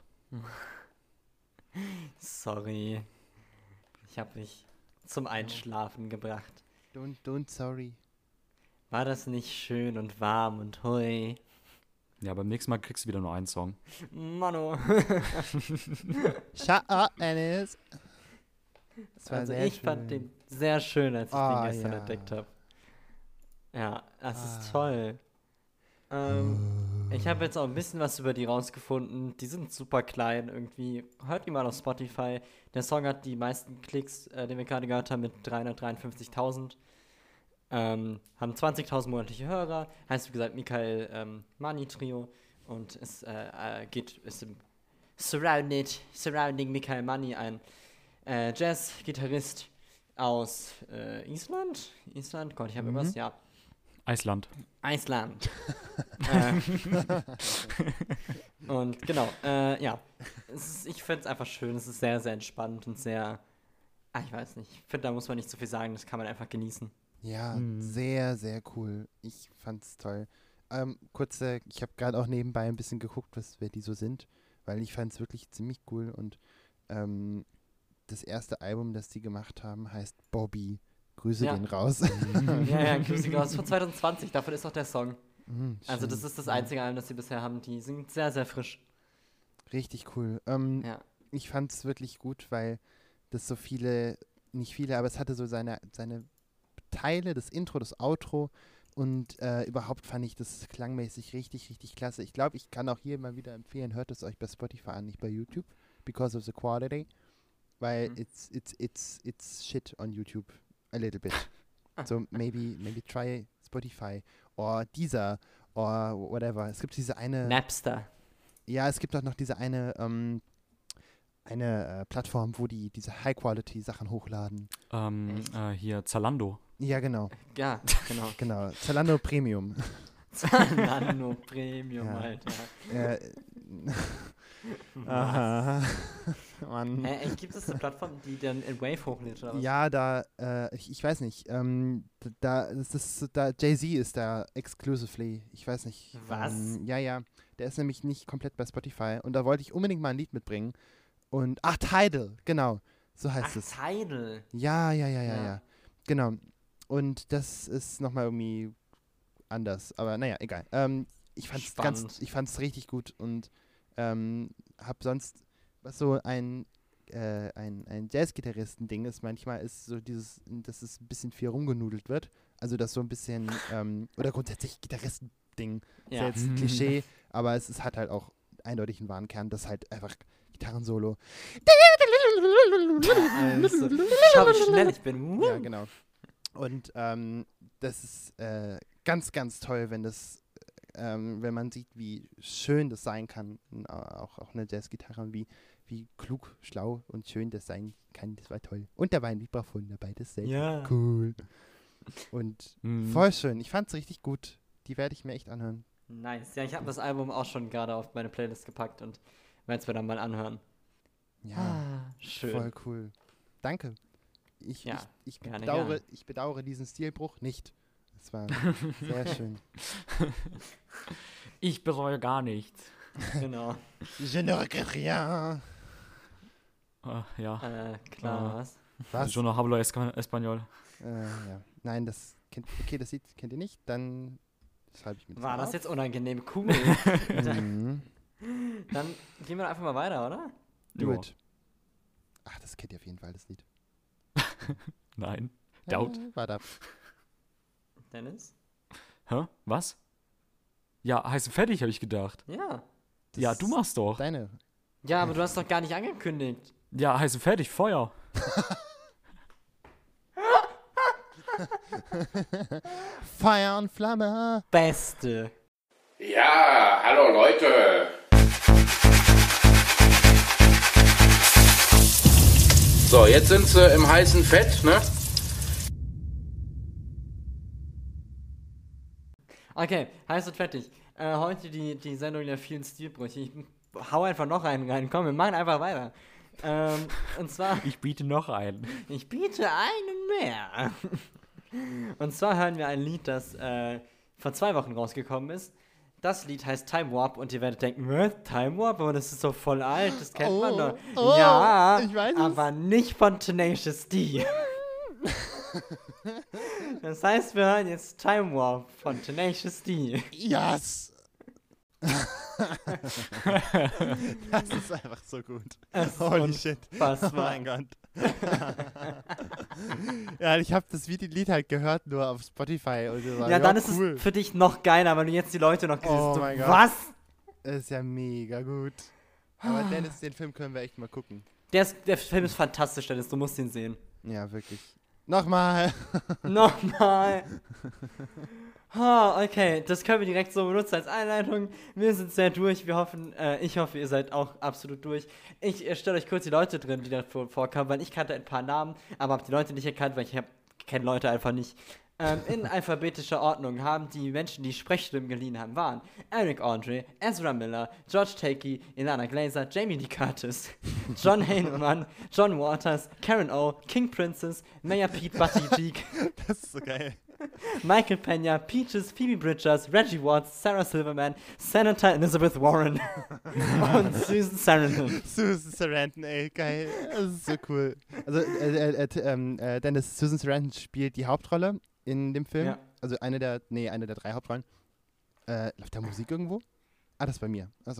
Speaker 2: Sorry. Ich habe mich zum Einschlafen gebracht.
Speaker 1: Don't, don't sorry.
Speaker 2: War das nicht schön und warm und hui?
Speaker 3: Ja, beim nächsten Mal kriegst du wieder nur einen Song.
Speaker 2: Mano.
Speaker 1: Shut up, Dennis. Das war
Speaker 2: Also
Speaker 1: sehr
Speaker 2: ich fand
Speaker 1: schön.
Speaker 2: den sehr schön, als ich
Speaker 1: Ah,
Speaker 2: den gestern
Speaker 1: ja.
Speaker 2: entdeckt habe. Ja, das ist
Speaker 1: Ah.
Speaker 2: toll. Ähm, ich habe jetzt auch ein bisschen was über die rausgefunden. Die sind super klein irgendwie. Hört die mal auf Spotify. Der Song hat die meisten Klicks, äh, den wir gerade gehört haben, mit dreihundertdreiundfünfzigtausend. Ähm, haben zwanzigtausend monatliche Hörer. Heißt, wie gesagt, Michael ähm, Mani Trio. Und es äh, äh, geht, ist im Surrounded, Surrounding Michael Mani, ein äh, Jazz-Gitarrist aus äh, Island? Island? Gott, ich habe
Speaker 1: Mhm.
Speaker 2: irgendwas? Ja.
Speaker 3: Island.
Speaker 2: Island. äh, und genau, äh, ja. Es ist, ich finde es einfach schön. Es ist sehr, sehr entspannt und sehr. Ah, ich weiß nicht. Ich finde, da muss man nicht so viel sagen. Das kann man einfach genießen.
Speaker 1: Ja,
Speaker 3: Mhm.
Speaker 1: sehr, sehr cool. Ich fand's toll. Ähm, kurze, ich habe gerade auch nebenbei ein bisschen geguckt, was wer die so sind, weil ich fand's wirklich ziemlich cool und ähm, das erste Album, das die gemacht haben, heißt Bobby. Grüße
Speaker 2: Ja.
Speaker 1: gehen raus.
Speaker 2: Ja, ja, Grüße gehen raus. Das ist von zwanzig zwanzig. Davon ist auch der Song.
Speaker 1: Mhm,
Speaker 2: Also, das
Speaker 1: schön.
Speaker 2: ist das einzige Album, das sie bisher haben. Die sind sehr, sehr frisch.
Speaker 1: Richtig cool. Ähm,
Speaker 2: Ja.
Speaker 1: Ich fand's wirklich gut, weil das so viele, nicht viele, aber es hatte so seine, seine Teile, das Intro, das Outro und äh, überhaupt fand ich das klangmäßig richtig, richtig klasse. Ich glaube, ich kann auch hier mal wieder empfehlen, hört es euch bei Spotify an, nicht bei YouTube, because of the quality, weil
Speaker 2: Mhm.
Speaker 1: it's, it's, it's, it's shit on YouTube. A little bit. So maybe, maybe try Spotify or Deezer or whatever. Es gibt diese eine,
Speaker 2: Napster.
Speaker 1: ja, es gibt auch noch diese eine, ähm, eine äh, Plattform, wo die diese High-Quality-Sachen hochladen.
Speaker 3: Ähm,
Speaker 2: Echt?
Speaker 3: äh, hier, Zalando.
Speaker 1: Ja, genau,
Speaker 2: Ja, genau.
Speaker 1: genau. Zalando Premium.
Speaker 2: Nano Premium,
Speaker 1: Ja.
Speaker 2: Alter.
Speaker 1: äh,
Speaker 2: Was?
Speaker 1: aha. Mann.
Speaker 2: Hä, echt, gibt es eine Plattform, die dann in Wave hochlädt oder was?
Speaker 1: Ja, da, äh, ich, ich weiß nicht, ähm, d- da, das ist, da, Jay-Z ist da exclusively, ich weiß nicht.
Speaker 2: Was?
Speaker 1: Ähm, ja, ja, der ist nämlich nicht komplett bei Spotify und da wollte ich unbedingt mal ein Lied mitbringen und, ach, Tidal, genau, so heißt
Speaker 2: Ach,
Speaker 1: es.
Speaker 2: Tidal.
Speaker 1: Ja, ja, ja, ja,
Speaker 2: Ja.
Speaker 1: ja, genau. Und das ist nochmal irgendwie anders, aber naja, egal. Ähm, ich fand's ganz,
Speaker 2: Spannend.
Speaker 1: ich fand's richtig gut und ähm, hab sonst, was so ein, äh, ein, ein Jazz-Gitarristen-Ding ist, manchmal ist so dieses, dass es ein bisschen viel rumgenudelt wird. Also das so ein bisschen, ähm, oder grundsätzlich Gitarristen-Ding. Ist ja
Speaker 2: Ja.
Speaker 1: jetzt ein Klischee, aber es ist, hat halt auch eindeutig einen wahren Kern, das halt einfach Gitarrensolo.
Speaker 2: Also, schau, wie schnell ich bin.
Speaker 1: Ja, genau. Und ähm, das ist äh, ganz, ganz toll, wenn das, ähm, wenn man sieht, wie schön das sein kann, n- auch, auch eine Jazzgitarre und wie, wie klug, schlau und schön das sein kann, das war toll. Und da war ein Vibraphon dabei, das ist sehr
Speaker 2: Ja.
Speaker 1: cool. Und
Speaker 3: Mhm.
Speaker 1: voll schön, ich fand's richtig gut. Die werde ich mir echt anhören.
Speaker 2: Nice. Ja, ich habe das Album auch schon gerade auf meine Playlist gepackt und werde es mir dann mal anhören.
Speaker 1: Ja,
Speaker 2: Ah, schön.
Speaker 1: voll cool. Danke. Ich,
Speaker 2: Ja,
Speaker 1: ich, ich,
Speaker 2: gerne,
Speaker 1: bedauere,
Speaker 2: gerne.
Speaker 1: ich bedauere diesen Stilbruch nicht. Es war sehr schön.
Speaker 3: Ich bereue gar nichts.
Speaker 2: Genau.
Speaker 1: Je ne regrette rien.
Speaker 3: Äh, ja.
Speaker 2: Äh, klar,
Speaker 3: Ah.
Speaker 2: was?
Speaker 1: Was?
Speaker 3: Yo no hablo esca- español.
Speaker 1: Äh, ja. Nein, das kennt, okay, das Lied kennt ihr nicht, dann schreibe ich mir das
Speaker 2: War
Speaker 1: mal
Speaker 2: das
Speaker 1: auf.
Speaker 2: jetzt unangenehm? Cool.
Speaker 1: Mhm.
Speaker 2: Dann gehen wir einfach mal weiter, oder?
Speaker 1: Do
Speaker 3: Ja.
Speaker 1: it. Ach, das kennt ihr auf jeden Fall, das Lied.
Speaker 3: Nein. Doubt.
Speaker 1: Äh, warte ab.
Speaker 2: Dennis?
Speaker 3: Hä? Was? Ja, heiß und fertig, habe ich gedacht.
Speaker 2: Ja.
Speaker 1: Das
Speaker 3: Ja, du machst doch.
Speaker 1: Deine.
Speaker 2: Ja, aber du hast doch gar nicht angekündigt.
Speaker 3: Ja, heiß und fertig, Feuer.
Speaker 1: Feuer und Flamme.
Speaker 2: Beste.
Speaker 4: Ja, hallo Leute. So, jetzt sind sie im heißen Fett, ne?
Speaker 2: Okay, heiß und fertig. Äh, heute die, die Sendung der vielen Stilbrüche. Ich hau einfach noch einen rein. Komm, wir machen einfach weiter. Ähm, und zwar,
Speaker 3: Ich biete noch einen.
Speaker 2: ich biete einen mehr. Und zwar hören wir ein Lied, das äh, vor zwei Wochen rausgekommen ist. Das Lied heißt Time Warp und ihr werdet denken, was? Time Warp? Aber das ist doch voll alt, das kennt man
Speaker 1: Oh,
Speaker 2: doch.
Speaker 1: oh,
Speaker 2: ja,
Speaker 1: ich weiß es.
Speaker 2: aber nicht von Tenacious D. Das heißt, wir hören jetzt Time Warp von Tenacious D.
Speaker 1: Yes. Das ist einfach so gut.
Speaker 2: Es ist
Speaker 1: Holy shit. Oh
Speaker 2: unfassbar.
Speaker 1: mein Gott. Ja, ich habe das Video- Lied halt gehört, nur auf Spotify. Und so,
Speaker 2: Ja, dann ist
Speaker 1: cool.
Speaker 2: es für dich noch geiler, weil du jetzt die Leute noch
Speaker 1: Oh
Speaker 2: siehst.
Speaker 1: mein
Speaker 2: Du,
Speaker 1: Gott.
Speaker 2: was?
Speaker 1: Das ist ja mega gut. Aber Dennis, den Film können wir echt mal gucken.
Speaker 2: Der, ist, der Film ist fantastisch, Dennis, du musst ihn sehen.
Speaker 1: Ja, wirklich. Nochmal.
Speaker 2: Nochmal. Ha, okay, das können wir direkt so benutzen als Einleitung. Wir sind sehr durch. Wir hoffen, äh, ich hoffe, ihr seid auch absolut durch. Ich äh, stelle euch kurz die Leute drin, die da vor- vorkamen, weil ich kannte ein paar Namen, aber habe die Leute nicht erkannt, weil ich kenne Leute einfach nicht. Ähm, in alphabetischer Ordnung haben die Menschen, die Sprechstimmen geliehen haben, waren Eric Andre, Ezra Miller, George Takei, Ilana Glazer, Jamie Lee Curtis, John Heinemann, John Waters, Karen O, King Princess, Mayor Pete Buttigieg,
Speaker 1: Das ist so geil.
Speaker 2: Michael Pena, Peaches, Phoebe Bridgers, Reggie Watts, Sarah Silverman, Senator Elizabeth Warren und Susan Sarandon.
Speaker 1: Susan Sarandon, ey, geil. Das ist so cool. Also, äh, äh, äh, t- ähm, äh, Dennis, Susan Sarandon spielt die Hauptrolle in dem Film.
Speaker 2: Ja.
Speaker 1: Also eine der, nee, eine der drei Hauptrollen. Äh, läuft da Musik irgendwo? Ah, das ist bei mir. Also.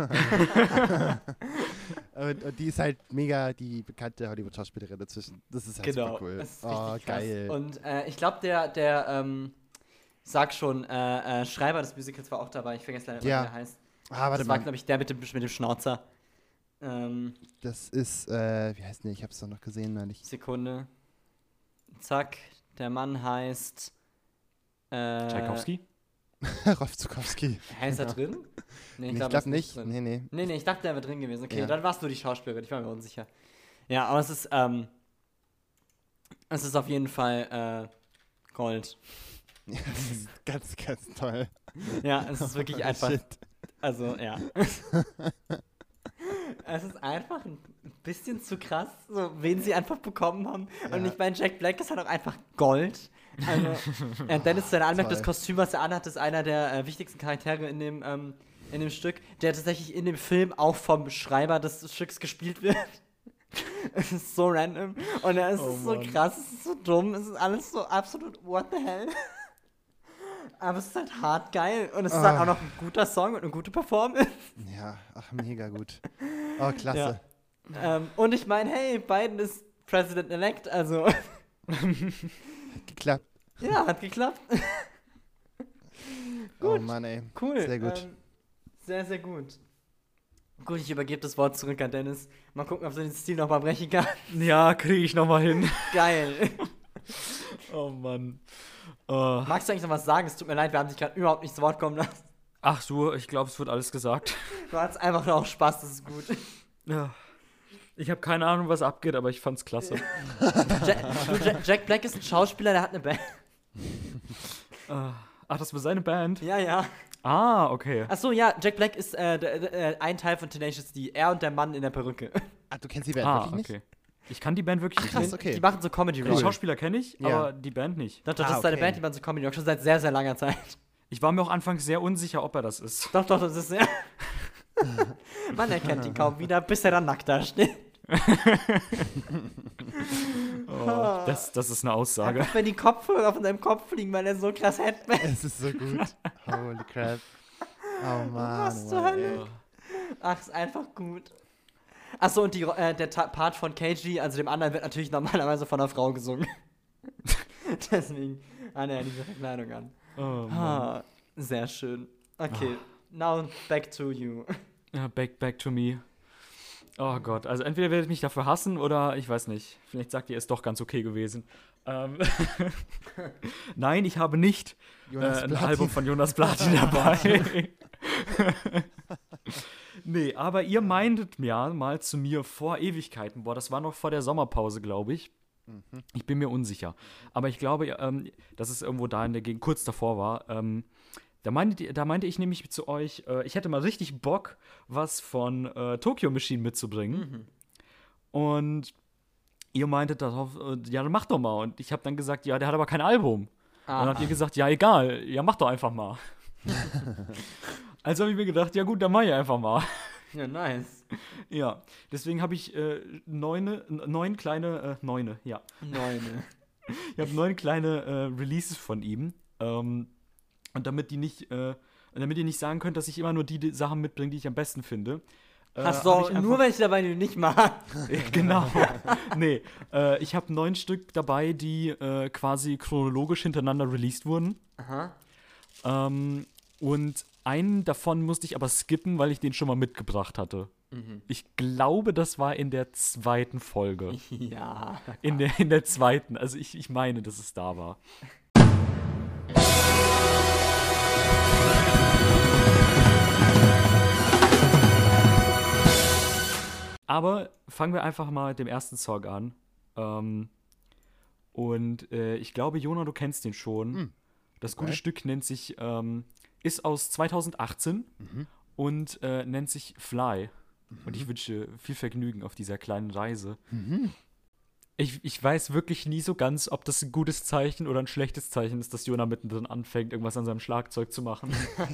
Speaker 1: und, und die ist halt mega die bekannte Hollywood-Schauspielerin dazwischen. Das ist halt
Speaker 2: Genau.
Speaker 1: super cool.
Speaker 2: Das ist
Speaker 1: Oh,
Speaker 2: richtig krass.
Speaker 1: geil.
Speaker 2: Und äh, ich glaube, der, der, ähm, sag schon, äh, äh, Schreiber des Musicals war auch dabei. Ich vergesse leider,
Speaker 1: Ja.
Speaker 2: wie der heißt.
Speaker 1: ah, warte
Speaker 2: Das war,
Speaker 1: mal.
Speaker 2: glaube ich, der mit dem, mit dem Schnauzer. Ähm,
Speaker 1: Das ist, äh, wie heißt der? Ich hab's doch noch gesehen, neulich.
Speaker 2: Sekunde. Zack, der Mann heißt. Äh,
Speaker 3: Tchaikovsky?
Speaker 1: Rolf Zukowski.
Speaker 2: Hä, ist er drin?
Speaker 1: Nee, ich
Speaker 2: glaub,
Speaker 1: glaube
Speaker 2: er ist
Speaker 1: nicht.
Speaker 2: drin.
Speaker 1: Nee, nee.
Speaker 2: Nee, nee, ich dachte, er wäre drin gewesen. Okay,
Speaker 1: Ja.
Speaker 2: dann warst du die Schauspielerin, ich war mir unsicher. Ja, aber es ist, ähm, es ist auf jeden Fall, äh, Gold.
Speaker 1: Ja, das ist ganz, ganz toll.
Speaker 2: Ja, es ist wirklich
Speaker 1: Holy
Speaker 2: einfach,
Speaker 1: shit.
Speaker 2: also, ja. Es ist einfach ein bisschen zu krass, so, wen sie einfach bekommen haben. Und
Speaker 1: Ja.
Speaker 2: ich meine, Jack Black ist halt auch einfach Gold. Also, äh, Dennis, seine Anmerkung, das
Speaker 1: Toll.
Speaker 2: Kostüm, was er anhat, ist einer der äh, wichtigsten Charaktere in dem, ähm, in dem Stück, der tatsächlich in dem Film auch vom Schreiber des Stücks gespielt wird. Es ist so random. Und ja, es
Speaker 3: Oh
Speaker 2: ist so
Speaker 3: Mann.
Speaker 2: krass, es ist so dumm, es ist alles so absolut what the hell. Aber es ist halt hart geil. Und es ist
Speaker 1: Ah.
Speaker 2: halt auch noch ein guter Song und eine gute Performance.
Speaker 1: Ja, ach, mega gut. Oh, klasse.
Speaker 2: Ja. Ähm, und ich meine, hey, Biden ist President-elect, also
Speaker 1: Geklappt.
Speaker 2: ja, hat geklappt.
Speaker 1: Oh
Speaker 2: Gut.
Speaker 1: Mann, ey.
Speaker 2: Cool.
Speaker 1: Sehr gut.
Speaker 2: Ähm, sehr, sehr gut. Gut, ich übergebe das Wort zurück an Dennis. Mal gucken, ob du den Stil nochmal brechen kann.
Speaker 3: Ja, kriege ich nochmal hin.
Speaker 2: Geil.
Speaker 3: Oh Mann. Äh,
Speaker 2: Magst du eigentlich noch was sagen? Es tut mir leid, wir haben dich gerade überhaupt nicht zu Wort kommen lassen.
Speaker 3: ach du, ich glaube, es wird alles gesagt.
Speaker 2: Du hattest einfach nur auch Spaß, das ist gut.
Speaker 3: Ja. Ich habe keine Ahnung, was abgeht, aber ich fand's klasse.
Speaker 2: Jack, du, Jack, Jack Black ist ein Schauspieler, der hat eine Band.
Speaker 3: Äh, ach, das war seine Band?
Speaker 2: Ja, ja.
Speaker 3: Ah, okay.
Speaker 2: Achso, ja, Jack Black ist äh, d- d- äh, ein Teil von Tenacious D. Er und der Mann in der Perücke.
Speaker 1: Ah, du kennst die Band
Speaker 3: Ah,
Speaker 1: wirklich nicht?
Speaker 3: okay. Ich kann die Band wirklich
Speaker 1: Ach, krass,
Speaker 3: nicht.
Speaker 1: okay.
Speaker 2: Die machen so Comedy
Speaker 3: Die
Speaker 2: Rock.
Speaker 3: Schauspieler kenne ich,
Speaker 1: Ja.
Speaker 3: aber die Band nicht.
Speaker 2: Doch, doch,
Speaker 1: Ah,
Speaker 2: das ist seine
Speaker 1: okay.
Speaker 2: Band, die machen so Comedy Rock schon seit sehr, sehr langer Zeit.
Speaker 3: Ich war mir auch anfangs sehr unsicher, ob er das ist.
Speaker 2: Doch, doch, das ist ja. Man erkennt ihn kaum wieder, bis er dann nackt da steht.
Speaker 3: Oh, das, das ist eine Aussage.
Speaker 2: Einfach, wenn die Kopfhörer von seinem Kopf fliegen, weil er so krass Headbang.
Speaker 1: Es ist so gut. Holy crap. Oh Mann.
Speaker 2: Was
Speaker 1: oh
Speaker 2: zur
Speaker 1: Mann,
Speaker 2: Hölle?
Speaker 1: ey.
Speaker 2: Ach, ist einfach gut. Achso, und die, äh, der Ta Part von K G, also dem anderen, wird natürlich normalerweise von einer Frau gesungen. Deswegen hat er diese Verkleidung an.
Speaker 3: Oh, Mann.
Speaker 2: Ah, sehr schön. Okay, now back to you.
Speaker 3: Ja, back, back to me. Oh Gott, also entweder werdet ihr mich dafür hassen oder ich weiß nicht. Vielleicht sagt ihr, ist doch ganz okay gewesen. Ähm Nein, ich habe nicht äh,
Speaker 1: Jonas
Speaker 3: ein
Speaker 1: Platin.
Speaker 3: Album von Jonas Platin dabei. Nee, aber ihr meintet ja mal zu mir vor Ewigkeiten, boah, das war noch vor der Sommerpause, glaube ich. Ich bin mir unsicher. Aber ich glaube, ähm, dass es irgendwo da in der Gegend kurz davor war. Ähm, da, meinte, da meinte ich nämlich zu euch, äh, ich hätte mal richtig Bock, was von äh, Tokyo Machine mitzubringen. Und ihr meintet darauf, äh, ja, dann mach doch mal. Und ich habe dann gesagt, ja, der hat aber kein Album. Und dann habt ihr gesagt, ja, egal, ja, mach doch einfach mal. Also habe ich mir gedacht, ja gut, dann mach ich einfach mal.
Speaker 2: Ja, nice.
Speaker 3: Ja, deswegen habe ich äh, neune, neun kleine, äh, neune, ja.
Speaker 2: Neune.
Speaker 3: Ich habe neun kleine äh, Releases von ihm. Ähm, und damit die nicht, äh, damit ihr nicht sagen könnt, dass ich immer nur die, die Sachen mitbringe, die ich am besten finde. Äh,
Speaker 2: Hast
Speaker 3: hab
Speaker 2: du
Speaker 3: ich
Speaker 2: nur
Speaker 3: einfach-
Speaker 2: welche dabei, die du nicht magst?
Speaker 3: Genau. Nee, äh, ich habe neun Stück dabei, die äh, quasi chronologisch hintereinander released wurden.
Speaker 2: Aha.
Speaker 3: Ähm, und einen davon musste ich aber skippen, weil ich den schon mal mitgebracht hatte. Ich glaube, das war in der zweiten Folge.
Speaker 2: Ja.
Speaker 3: In der, in der zweiten. Also ich, ich meine, dass es da war. Aber fangen wir einfach mal mit dem ersten Song an. Ähm, und äh, ich glaube, Jona, du kennst den schon.
Speaker 1: Hm.
Speaker 3: Das
Speaker 1: Okay.
Speaker 3: gute Stück nennt sich, ähm, ist aus zweitausendachtzehn
Speaker 1: Mhm.
Speaker 3: und äh, nennt sich Fly. Und ich wünsche viel Vergnügen auf dieser kleinen Reise.
Speaker 1: Mhm.
Speaker 3: Ich, ich weiß wirklich nie so ganz, ob das ein gutes Zeichen oder ein schlechtes Zeichen ist, dass Jona mittendrin anfängt, irgendwas an seinem Schlagzeug zu machen.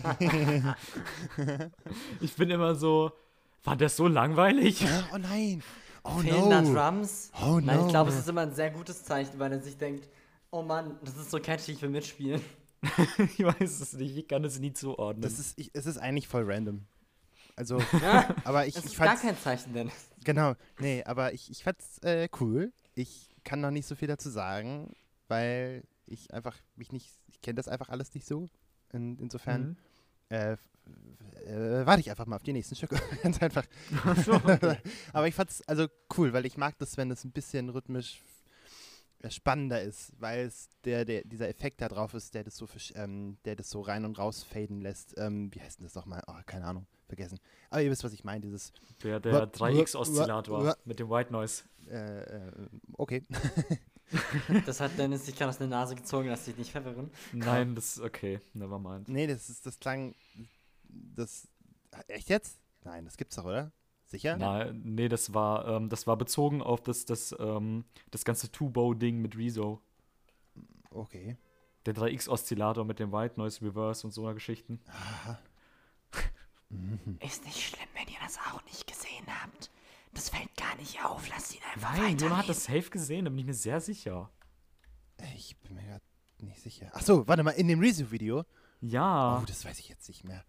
Speaker 3: Ich bin immer so, war das so langweilig?
Speaker 1: Oh nein. Oh
Speaker 2: Fehlender
Speaker 1: no.
Speaker 2: Drums.
Speaker 1: Oh
Speaker 2: Nein, ich
Speaker 1: no.
Speaker 2: glaube, es ist immer ein sehr gutes Zeichen, weil er sich denkt, oh Mann, das ist so catchy, ich will mitspielen.
Speaker 3: Ich weiß es nicht, ich kann es nie zuordnen.
Speaker 1: Das ist, ich, es ist eigentlich voll random. Also,
Speaker 2: Ja,
Speaker 1: aber ich,
Speaker 2: das
Speaker 1: ich
Speaker 2: ist gar
Speaker 1: fand's,
Speaker 2: kein Zeichen, Dennis.
Speaker 1: genau, nee, aber ich, ich fand's äh, cool. Ich kann noch nicht so viel dazu sagen, weil ich einfach mich nicht, ich kenne das einfach alles nicht so. In, insofern,
Speaker 3: Mhm.
Speaker 1: äh, äh, warte ich einfach mal auf die nächsten Stücke. Ganz einfach.
Speaker 3: Ach so, okay.
Speaker 1: Aber ich fand's also cool, weil ich mag das, wenn es ein bisschen rhythmisch äh, spannender ist, weil es der, der, dieser Effekt da drauf ist, der das so versch- ähm, der das so rein und raus faden lässt. Ähm, wie heißt denn das nochmal? Oh, keine Ahnung, vergessen. Aber ihr wisst, was ich meine, dieses
Speaker 3: Der, der drei X-Oszillator mit dem White Noise.
Speaker 1: äh, äh, okay.
Speaker 2: Das hat Dennis sich gerade aus der Nase gezogen, lass dich nicht verwirren.
Speaker 3: Nein, das ist okay. Never mind.
Speaker 1: Nee, das ist, das klang, das, echt jetzt? Nein, das gibt's doch, oder? Sicher?
Speaker 3: Nein, nee, das war, ähm, das war bezogen auf das, das, ähm, das ganze Two-Bow-Ding mit Rezo.
Speaker 1: Okay.
Speaker 3: Der drei X-Oszillator mit dem White Noise Reverse und so einer Geschichten.
Speaker 1: Aha.
Speaker 2: Ist nicht schlimm, wenn ihr das auch nicht gesehen habt. Das fällt gar nicht auf, lasst ihn einfach
Speaker 3: Nein, Jona
Speaker 2: weiterreden.
Speaker 3: hat das safe gesehen, da bin ich mir sehr sicher.
Speaker 1: Ich bin mir gerade nicht sicher. Ach so, warte mal, in dem Rezo-Video?
Speaker 3: Ja.
Speaker 1: Oh, das weiß ich jetzt nicht mehr.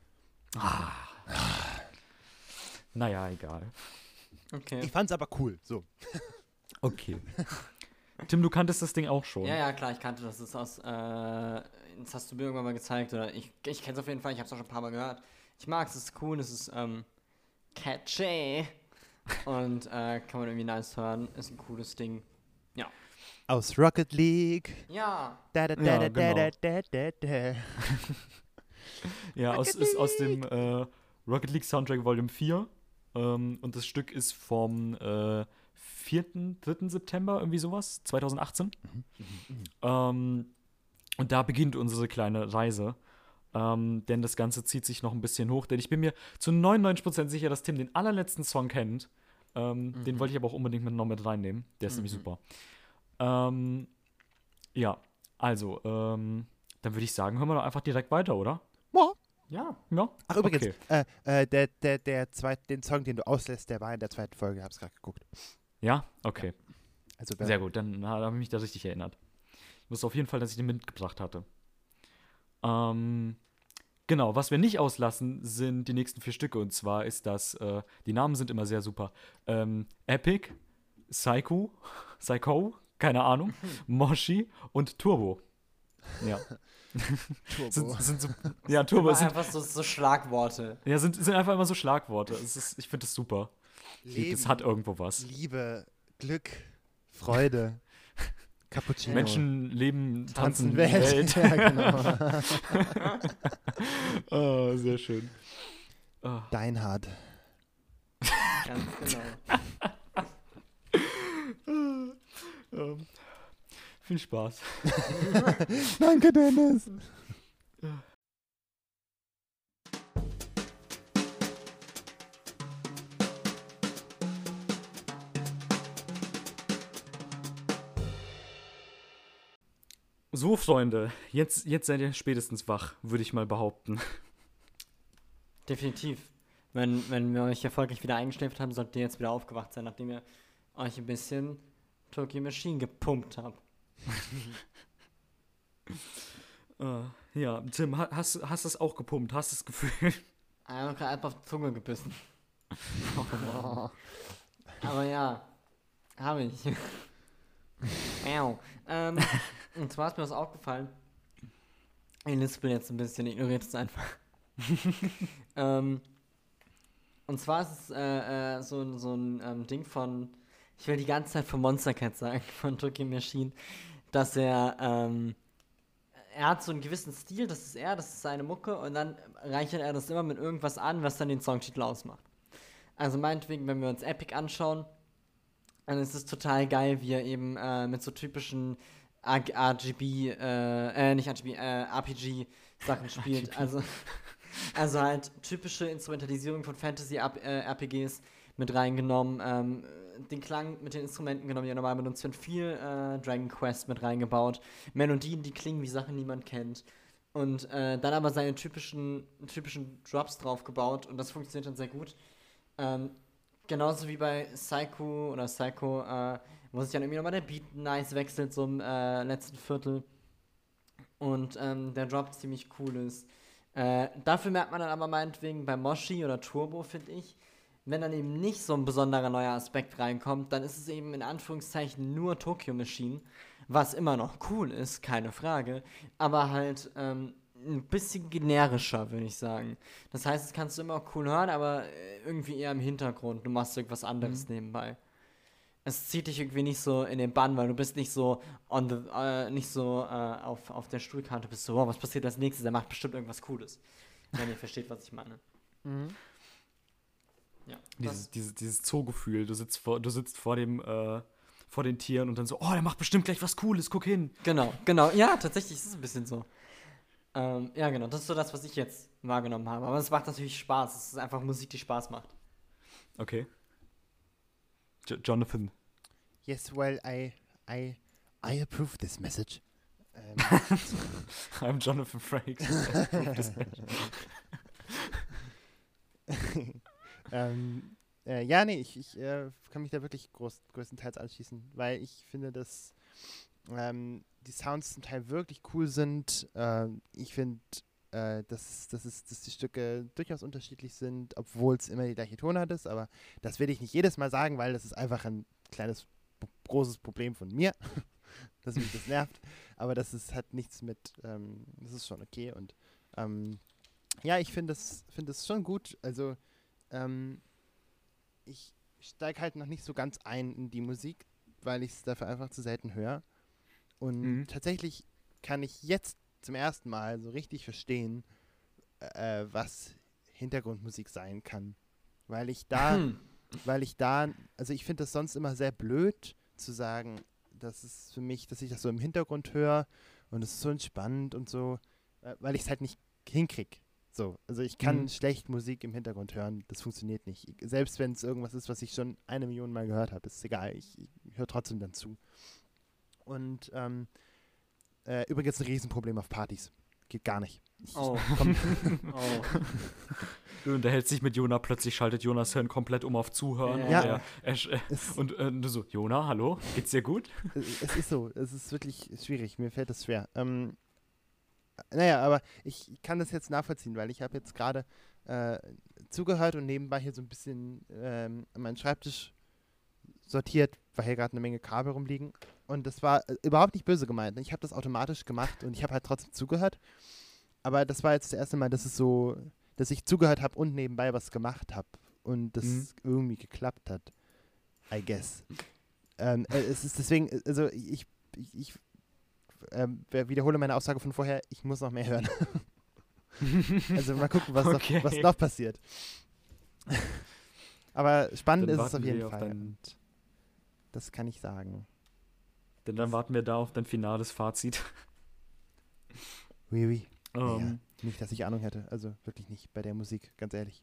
Speaker 3: Naja, egal.
Speaker 2: Okay.
Speaker 1: Ich fand's aber cool, so.
Speaker 3: Okay. Tim, du kanntest das Ding auch schon.
Speaker 2: Ja, ja, klar, ich kannte das. Das ist aus, äh, das hast du mir irgendwann mal gezeigt, oder ich, ich kenn's auf jeden Fall, ich hab's auch schon ein paar Mal gehört. Ich mag's, es ist cool, es ist, ähm, catchy. Und, äh, kann man irgendwie nice hören, ist ein cooles Ding. Ja.
Speaker 1: Aus Rocket League.
Speaker 2: Ja.
Speaker 1: Da, da, da,
Speaker 3: Ja,
Speaker 1: da, da,
Speaker 3: genau.
Speaker 1: da, da, da.
Speaker 3: Ja, aus, ist aus dem äh, Rocket League Soundtrack Volume vier. Ähm, und das Stück ist vom äh, vierten, dritten September, irgendwie sowas, zwanzig achtzehn. Ähm, und da beginnt unsere kleine Reise. Ähm, denn das Ganze zieht sich noch ein bisschen hoch. Denn ich bin mir zu neunundneunzig Prozent sicher, dass Tim den allerletzten Song kennt. Ähm,
Speaker 2: Mhm.
Speaker 3: Den wollte ich aber auch unbedingt mit noch mit reinnehmen. Der ist
Speaker 2: Mhm.
Speaker 3: nämlich super. Ähm, ja, also, ähm, dann würde ich sagen, hören wir doch einfach direkt weiter, oder?
Speaker 1: Ja.
Speaker 2: Ja.
Speaker 3: Ja.
Speaker 1: Ach, übrigens,
Speaker 3: Okay.
Speaker 1: äh, äh, der, der, der zweit, den Song, den du auslässt, der war in der zweiten Folge, hab's gerade geguckt.
Speaker 3: Ja, okay.
Speaker 1: Also, wer-
Speaker 3: Sehr gut, dann habe ich mich da richtig erinnert. Ich wusste auf jeden Fall, dass ich den mitgebracht hatte. Ähm, genau, was wir nicht auslassen, sind die nächsten vier Stücke. Und zwar ist das, äh, die Namen sind immer sehr super. Ähm, Epic, Psycho, Psycho, keine Ahnung, Moshi und Turbo. Ja.
Speaker 1: Turbo.
Speaker 3: Sind, sind so, ja, Turbo
Speaker 2: Immer
Speaker 3: sind,
Speaker 2: einfach so, so Schlagworte.
Speaker 3: ja, sind, sind einfach immer so Schlagworte. Es ist, ich finde das super.
Speaker 1: Leben,
Speaker 3: Es hat irgendwo was.
Speaker 1: Liebe, Glück, Freude, Cappuccino.
Speaker 3: Menschen leben, tanzen,
Speaker 1: tanzen Welt.
Speaker 3: Welt.
Speaker 1: Ja, genau.
Speaker 3: Oh, sehr schön. Oh.
Speaker 1: Deinhard.
Speaker 2: Ganz genau.
Speaker 3: Ähm, viel Spaß.
Speaker 1: Danke, Dennis.
Speaker 3: So, Freunde, jetzt, jetzt seid ihr spätestens wach, würde ich mal behaupten.
Speaker 2: Definitiv. Wenn, wenn wir euch erfolgreich wieder eingeschläfert haben, solltet ihr jetzt wieder aufgewacht sein, nachdem ihr euch ein bisschen Tokyo Machine gepumpt habt.
Speaker 3: Äh, ja, Tim, ha- hast du hast das auch gepumpt? Hast du das Gefühl?
Speaker 2: Einfach gerade auf die Zunge gebissen. Aber ja, habe ich. Miau. ähm, und zwar ist mir was aufgefallen. Ich lispel jetzt ein bisschen, ignoriert es einfach. ähm, und zwar ist es äh, äh, so, ein- so ein ähm, Ding von, ich will die ganze Zeit von Monster Cat sagen, von Tokyo Machine, dass er, ähm, er hat so einen gewissen Stil, das ist er, das ist seine Mucke, und dann reichert er das immer mit irgendwas an, was dann den Songtitel ausmacht. Also meinetwegen, wenn wir uns Epic anschauen, dann ist es total geil, wie er eben äh, mit so typischen R G B, äh, äh, nicht R G B, äh, R P G-Sachen spielt. Also, also halt typische Instrumentalisierung von Fantasy-R P Gs mit reingenommen, ähm, den Klang mit den Instrumenten genommen, die er normal benutzt wird, viel äh, Dragon Quest mit reingebaut, Melodien, die klingen wie Sachen, die man kennt. Und äh, dann aber seine typischen, typischen Drops draufgebaut, und das funktioniert dann sehr gut. Ähm, genauso wie bei Psycho oder Psycho, äh, wo sich dann irgendwie nochmal der Beat nice wechselt, so im äh, letzten Viertel. Und ähm, der Drop ziemlich cool ist. Äh, dafür merkt man dann aber meinetwegen bei Moshi oder Turbo, finde ich, wenn dann eben nicht so ein besonderer neuer Aspekt reinkommt, dann ist es eben in Anführungszeichen nur Tokyo Machine, was immer noch cool ist, keine Frage, aber halt ähm, ein bisschen generischer, würde ich sagen. Das heißt, das kannst du immer auch cool hören, aber äh, irgendwie eher im Hintergrund. Du machst irgendwas anderes
Speaker 3: Mhm.
Speaker 2: nebenbei. Es zieht dich irgendwie nicht so in den Bann, weil du bist nicht so on the, äh, nicht so äh, auf, auf der Stuhlkante, bist so, wow, was passiert als nächstes? Er macht bestimmt irgendwas Cooles. Wenn ihr versteht, was ich meine.
Speaker 1: Mhm.
Speaker 2: Ja.
Speaker 3: Dieses,
Speaker 2: Das,
Speaker 3: dieses, dieses Zoo-Gefühl. Du sitzt vor, du sitzt vor dem, äh, vor den Tieren und dann so, oh, der macht bestimmt gleich was Cooles, guck hin.
Speaker 2: genau, genau. Ja, tatsächlich ist es ein bisschen so. Ähm, ja, genau. Das ist so das, was ich jetzt wahrgenommen habe. Aber es macht natürlich Spaß. Es ist einfach Musik, die Spaß macht.
Speaker 3: Okay. Jo- Jonathan.
Speaker 1: Yes, well, I, I, I approve this message. Ähm,
Speaker 3: I'm Jonathan Frakes.
Speaker 1: ähm, äh, ja, nee, ich, ich äh, kann mich da wirklich groß, größtenteils anschließen, weil ich finde, dass ähm, die Sounds zum Teil wirklich cool sind. Ähm, ich finde, äh, dass, dass, es, dass die Stücke durchaus unterschiedlich sind, obwohl es immer die gleiche Tonart ist, aber das will ich nicht jedes Mal sagen, weil das ist einfach ein kleines, b- großes Problem von mir, dass mich das nervt, aber das ist, hat nichts mit, ähm, das ist schon okay und ähm, ja, ich finde es find das schon gut, also ähm, ich steige halt noch nicht so ganz ein in die Musik, weil ich es dafür einfach zu selten höre. Und
Speaker 3: Mhm.
Speaker 1: tatsächlich kann ich jetzt zum ersten Mal so richtig verstehen, äh, was Hintergrundmusik sein kann. Weil ich da,
Speaker 2: Hm.
Speaker 1: weil ich da, also ich finde das sonst immer sehr blöd zu sagen, das ist für mich, dass ich das so im Hintergrund höre und es ist so entspannend und so, äh, weil ich es halt nicht hinkrieg. So, also ich kann
Speaker 3: Mhm.
Speaker 1: schlecht Musik im Hintergrund hören, das funktioniert nicht. Ich, selbst wenn es irgendwas ist, was ich schon eine Million Mal gehört habe, ist egal, ich, ich höre trotzdem dann zu. Und ähm, äh, übrigens ein Riesenproblem auf Partys. Geht gar nicht. Ich,
Speaker 2: Oh.
Speaker 1: ich komm,
Speaker 2: Oh.
Speaker 3: Du unterhältst dich mit Jona, plötzlich schaltet Jonas Hirn komplett um auf Zuhören.
Speaker 2: Ja.
Speaker 3: Und,
Speaker 1: Ja.
Speaker 3: er, er, sch-
Speaker 1: es,
Speaker 3: und äh, du so, Jona, hallo, geht's dir gut?
Speaker 1: es es ist so, es ist wirklich schwierig, mir fällt das schwer. Ähm, naja, aber ich kann das jetzt nachvollziehen, weil ich habe jetzt gerade äh, zugehört und nebenbei hier so ein bisschen ähm, an meinen Schreibtisch sortiert, weil hier gerade eine Menge Kabel rumliegen. Und das war äh, überhaupt nicht böse gemeint. Ich habe das automatisch gemacht und ich habe halt trotzdem zugehört. Aber das war jetzt das erste Mal, dass es so, dass ich zugehört habe und nebenbei was gemacht habe. Und das
Speaker 3: Mhm.
Speaker 1: irgendwie geklappt hat. I guess. Ähm, äh, es ist deswegen, äh, also ich, ich, ich ähm, wer- wiederhole meine Aussage von vorher, ich muss noch mehr hören. Also mal gucken, was,
Speaker 3: Okay.
Speaker 1: noch, was noch passiert. Aber spannend
Speaker 3: Dann
Speaker 1: ist es
Speaker 3: warten
Speaker 1: auf
Speaker 3: wir
Speaker 1: jeden
Speaker 3: auf
Speaker 1: Fall.
Speaker 3: dein-
Speaker 1: Und das kann ich sagen.
Speaker 3: Denn dann warten wir da auf dein finales Fazit.
Speaker 1: Oui, oui.
Speaker 3: Ähm,
Speaker 1: Nicht, dass ich Ahnung hätte. Also wirklich nicht bei der Musik, ganz ehrlich.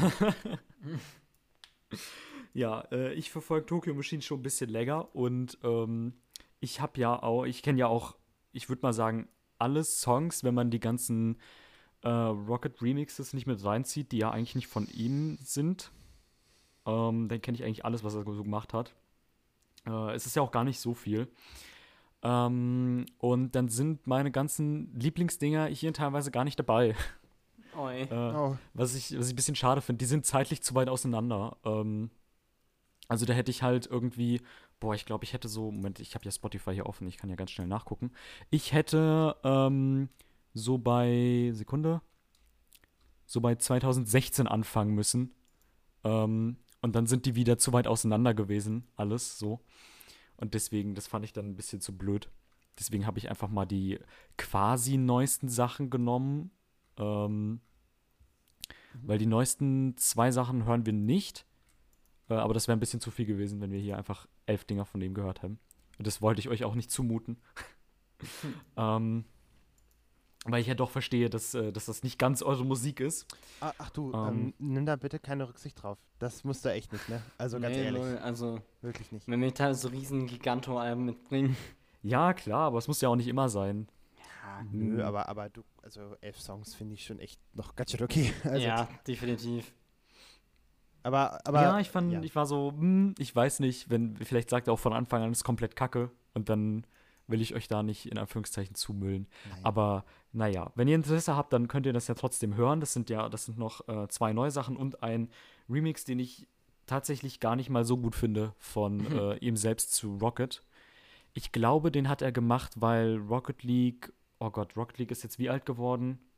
Speaker 3: Ja, äh, ich verfolge Tokyo Machine schon ein bisschen länger und ähm, ich habe ja auch, ich kenne ja auch, ich würde mal sagen, alle Songs, wenn man die ganzen äh, Rocket Remixes nicht mit reinzieht, die ja eigentlich nicht von ihm sind, ähm, dann kenne ich eigentlich alles, was er so gemacht hat. Äh, es ist ja auch gar nicht so viel. Ähm, und dann sind meine ganzen Lieblingsdinger hier teilweise gar nicht dabei.
Speaker 2: Oi.
Speaker 3: Äh,
Speaker 1: Oh,
Speaker 3: was ich, was ich ein bisschen schade finde, die sind zeitlich zu weit auseinander. Ähm, also da hätte ich halt irgendwie, boah, ich glaube, ich hätte so, Moment, ich habe ja Spotify hier offen, ich kann ja ganz schnell nachgucken. Ich hätte ähm, so bei, Sekunde, so bei zwanzig sechzehn anfangen müssen. Ähm, und dann sind die wieder zu weit auseinander gewesen, alles so. Und deswegen, das fand ich dann ein bisschen zu blöd. Deswegen habe ich einfach mal die quasi neuesten Sachen genommen. Ähm, weil die neuesten zwei Sachen hören wir nicht. Äh, aber das wäre ein bisschen zu viel gewesen, wenn wir hier einfach elf Dinger von dem gehört haben. Und das wollte ich euch auch nicht zumuten. ähm, weil ich ja doch verstehe, dass, äh, dass das nicht ganz eure Musik ist.
Speaker 1: ah, ach du,
Speaker 3: Ähm.
Speaker 1: ähm, nimm da bitte keine Rücksicht drauf. Das musst du echt nicht, ne? Also ganz
Speaker 2: Nee,
Speaker 1: ehrlich,
Speaker 2: lol, also,
Speaker 1: wirklich nicht.
Speaker 2: wenn wir teilweise so riesen Giganto-Alben mitbringen.
Speaker 3: Ja, klar, aber es muss ja auch nicht immer sein.
Speaker 2: Ja,
Speaker 1: Nö,
Speaker 3: Hm.
Speaker 1: aber, aber du, also elf Songs finde ich schon echt noch ganz schön okay. Also,
Speaker 2: ja, definitiv.
Speaker 1: Aber, aber
Speaker 3: ja, ich fand,
Speaker 1: ja.
Speaker 3: ich war so, hm, ich weiß nicht, wenn, vielleicht sagt er auch von Anfang an, es ist komplett kacke und dann will ich euch da nicht in Anführungszeichen zumüllen.
Speaker 1: Nein.
Speaker 3: Aber naja, wenn ihr Interesse habt, dann könnt ihr das ja trotzdem hören. Das sind ja, das sind noch äh, zwei neue Sachen und ein Remix, den ich tatsächlich gar nicht mal so gut finde von äh, ihm selbst zu Rocket. Ich glaube, den hat er gemacht, weil Rocket League, oh Gott, Rocket League ist jetzt wie alt geworden?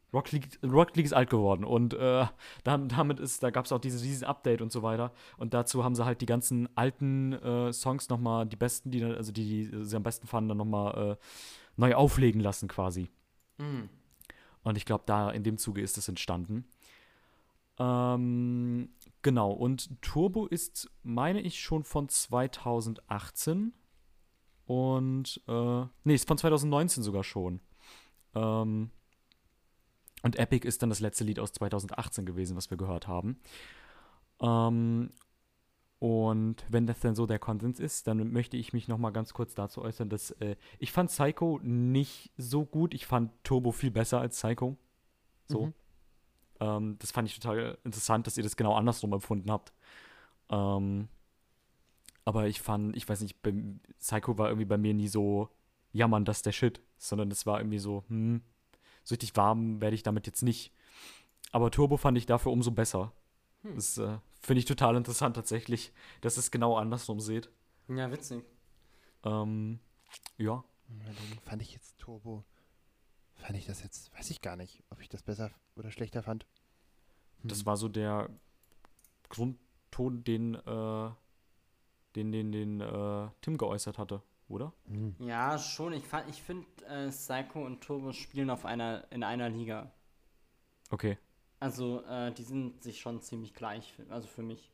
Speaker 3: Rocket League, Rocket League ist alt geworden und äh, dann, damit ist, da gab es auch dieses riesen Update und so weiter. Und dazu haben sie halt die ganzen alten äh, Songs nochmal, die besten, die, also die, die sie am besten fanden, dann nochmal äh, neu auflegen lassen quasi.
Speaker 2: Mhm.
Speaker 3: Und ich glaube, da in dem Zuge ist es entstanden. Ähm, genau, und Turbo ist, meine ich, schon von zweitausendachtzehn. Und, äh, nee, ist von zweitausendneunzehn sogar schon. Ähm, und Epic ist dann das letzte Lied aus zweitausendachtzehn gewesen, was wir gehört haben. Ähm, und wenn das dann so der Konsens ist, dann möchte ich mich noch mal ganz kurz dazu äußern, dass äh, ich fand Psycho nicht so gut. Ich fand Turbo viel besser als Psycho. So.
Speaker 1: Mhm.
Speaker 3: Ähm, das fand ich total interessant, dass ihr das genau andersrum empfunden habt. Ähm, aber ich fand, ich weiß nicht, bei, Psycho war irgendwie bei mir nie so, ja Mann, das ist der Shit. Sondern es war irgendwie so, hm, so richtig warm werde ich damit jetzt nicht. Aber Turbo fand ich dafür umso besser.
Speaker 2: Hm.
Speaker 3: Das äh, finde ich total interessant tatsächlich, dass es genau andersrum seht.
Speaker 2: Ja, witzig.
Speaker 3: Ähm, ja.
Speaker 1: Überlegen, fand ich jetzt Turbo, fand ich das jetzt, weiß ich gar nicht, ob ich das besser oder schlechter fand. Hm.
Speaker 3: Das war so der Grundton, den, äh, den, den, den äh, Tim geäußert hatte, oder?
Speaker 1: Hm.
Speaker 2: Ja, schon. Ich, fa- ich finde, äh, Psycho und Turbo spielen auf einer, in einer Liga.
Speaker 3: Okay.
Speaker 2: Also, äh, die sind sich schon ziemlich gleich, für- also für mich.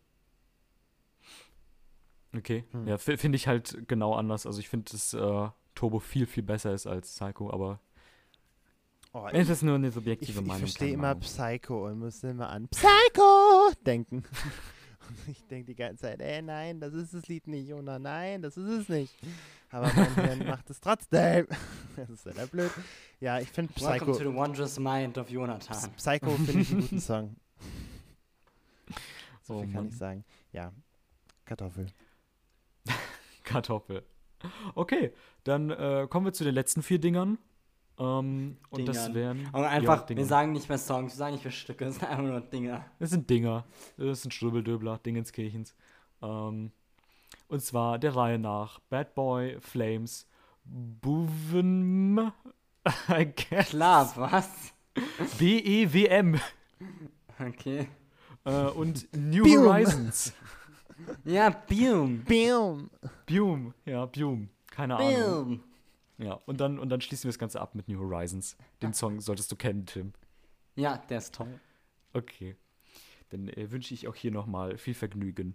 Speaker 3: Okay.
Speaker 1: Hm.
Speaker 3: Ja, f- finde ich halt genau anders. Also ich finde, dass äh, Turbo viel, viel besser ist als Psycho, aber
Speaker 1: Oh,
Speaker 3: es
Speaker 1: ich
Speaker 3: ist nur eine
Speaker 1: ich,
Speaker 3: subjektive
Speaker 1: ich
Speaker 3: Meinung.
Speaker 1: verstehe
Speaker 3: keine
Speaker 1: immer
Speaker 3: Meinung.
Speaker 1: Psycho und muss immer an Psycho denken. Und ich denke die ganze Zeit, ey, nein, das ist das Lied nicht, Jona, nein, das ist es nicht. Aber mein Hirn macht es trotzdem. Das ist ja blöd. Ja, ich finde
Speaker 2: Welcome to
Speaker 1: Psycho,
Speaker 2: the wondrous mind of Jonathan.
Speaker 1: Psycho finde ich einen guten Song. So
Speaker 3: Oh
Speaker 1: viel kann
Speaker 3: Mann.
Speaker 1: ich sagen. Ja, Kartoffel.
Speaker 3: Kartoffel. Okay, dann äh, kommen wir zu den letzten vier Dingern. Ähm, und das
Speaker 2: Dingern.
Speaker 3: wären.
Speaker 2: Aber einfach,
Speaker 3: ja,
Speaker 2: wir
Speaker 3: Dinger.
Speaker 2: sagen nicht mehr Songs, wir sagen nicht mehr Stücke, es sind einfach nur Dinger.
Speaker 3: Das sind Dinger. Das sind Ströbeldöbler, Dingenskirchens. Ähm, und zwar der Reihe nach Bad Boy, Flames, Buven, I guess.
Speaker 2: Klar, was?
Speaker 3: B E W M
Speaker 2: Okay.
Speaker 3: äh, und New
Speaker 1: Bium.
Speaker 3: Horizons.
Speaker 2: Ja, Boom.
Speaker 1: Bium.
Speaker 3: Bium, ja, Bium. Keine Ahnung.
Speaker 2: Boom.
Speaker 3: Ja, und dann, und dann schließen wir das Ganze ab mit New Horizons. Den Song solltest du kennen, Tim.
Speaker 2: Ja, der ist toll.
Speaker 3: Okay. Dann äh, wünsche ich auch hier nochmal viel Vergnügen.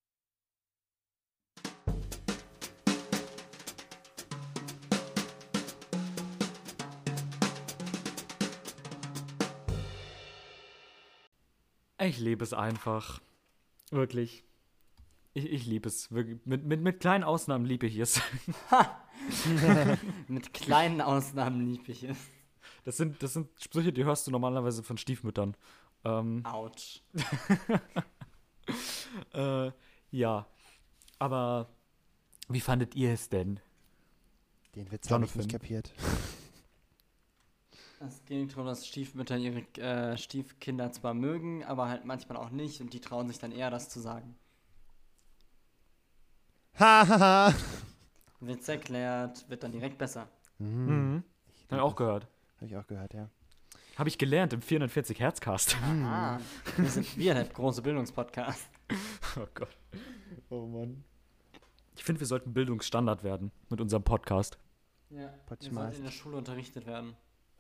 Speaker 3: Ich liebe es einfach. Wirklich. Ich, ich liebe es. Wirklich. Mit, mit, mit kleinen Ausnahmen liebe ich es.
Speaker 2: Mit kleinen Ausnahmen lieb ich es.
Speaker 3: Das sind, das sind Sprüche, die hörst du normalerweise von Stiefmüttern. Ähm,
Speaker 2: Autsch.
Speaker 3: äh, ja. Aber wie fandet ihr es denn?
Speaker 1: Den Witz habe ich
Speaker 3: Jonathan.
Speaker 1: nicht kapiert.
Speaker 2: Es geht darum, dass Stiefmütter ihre äh, Stiefkinder zwar mögen, aber halt manchmal auch nicht und die trauen sich dann eher, das zu sagen.
Speaker 1: Hahaha.
Speaker 2: Witz erklärt, wird dann direkt besser.
Speaker 3: Mhm. Hab ich auch gehört.
Speaker 1: Habe ich auch gehört, ja.
Speaker 3: Habe ich gelernt im vierhundertvierzig Hertz Cast.
Speaker 2: Ah, wir sind wir, der große Bildungspodcast.
Speaker 3: Oh Gott. Oh Mann. Ich finde, wir sollten Bildungsstandard werden mit unserem Podcast.
Speaker 2: Ja, wir
Speaker 1: Potschmast.
Speaker 2: sollten in der Schule unterrichtet werden.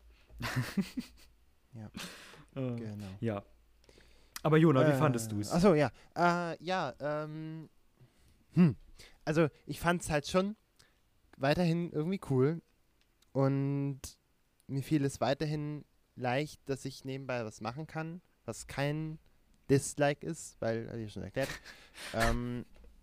Speaker 1: Ja,
Speaker 3: Äh,
Speaker 1: genau.
Speaker 3: ja. Aber Jona, wie
Speaker 1: Äh,
Speaker 3: fandest du es?
Speaker 1: Achso, ja. Äh, ja, ähm. Hm. Also, ich fand es halt schon weiterhin irgendwie cool. Und mir fiel es weiterhin leicht, dass ich nebenbei was machen kann, was kein Dislike ist, weil, habe ich ja schon erklärt. ähm,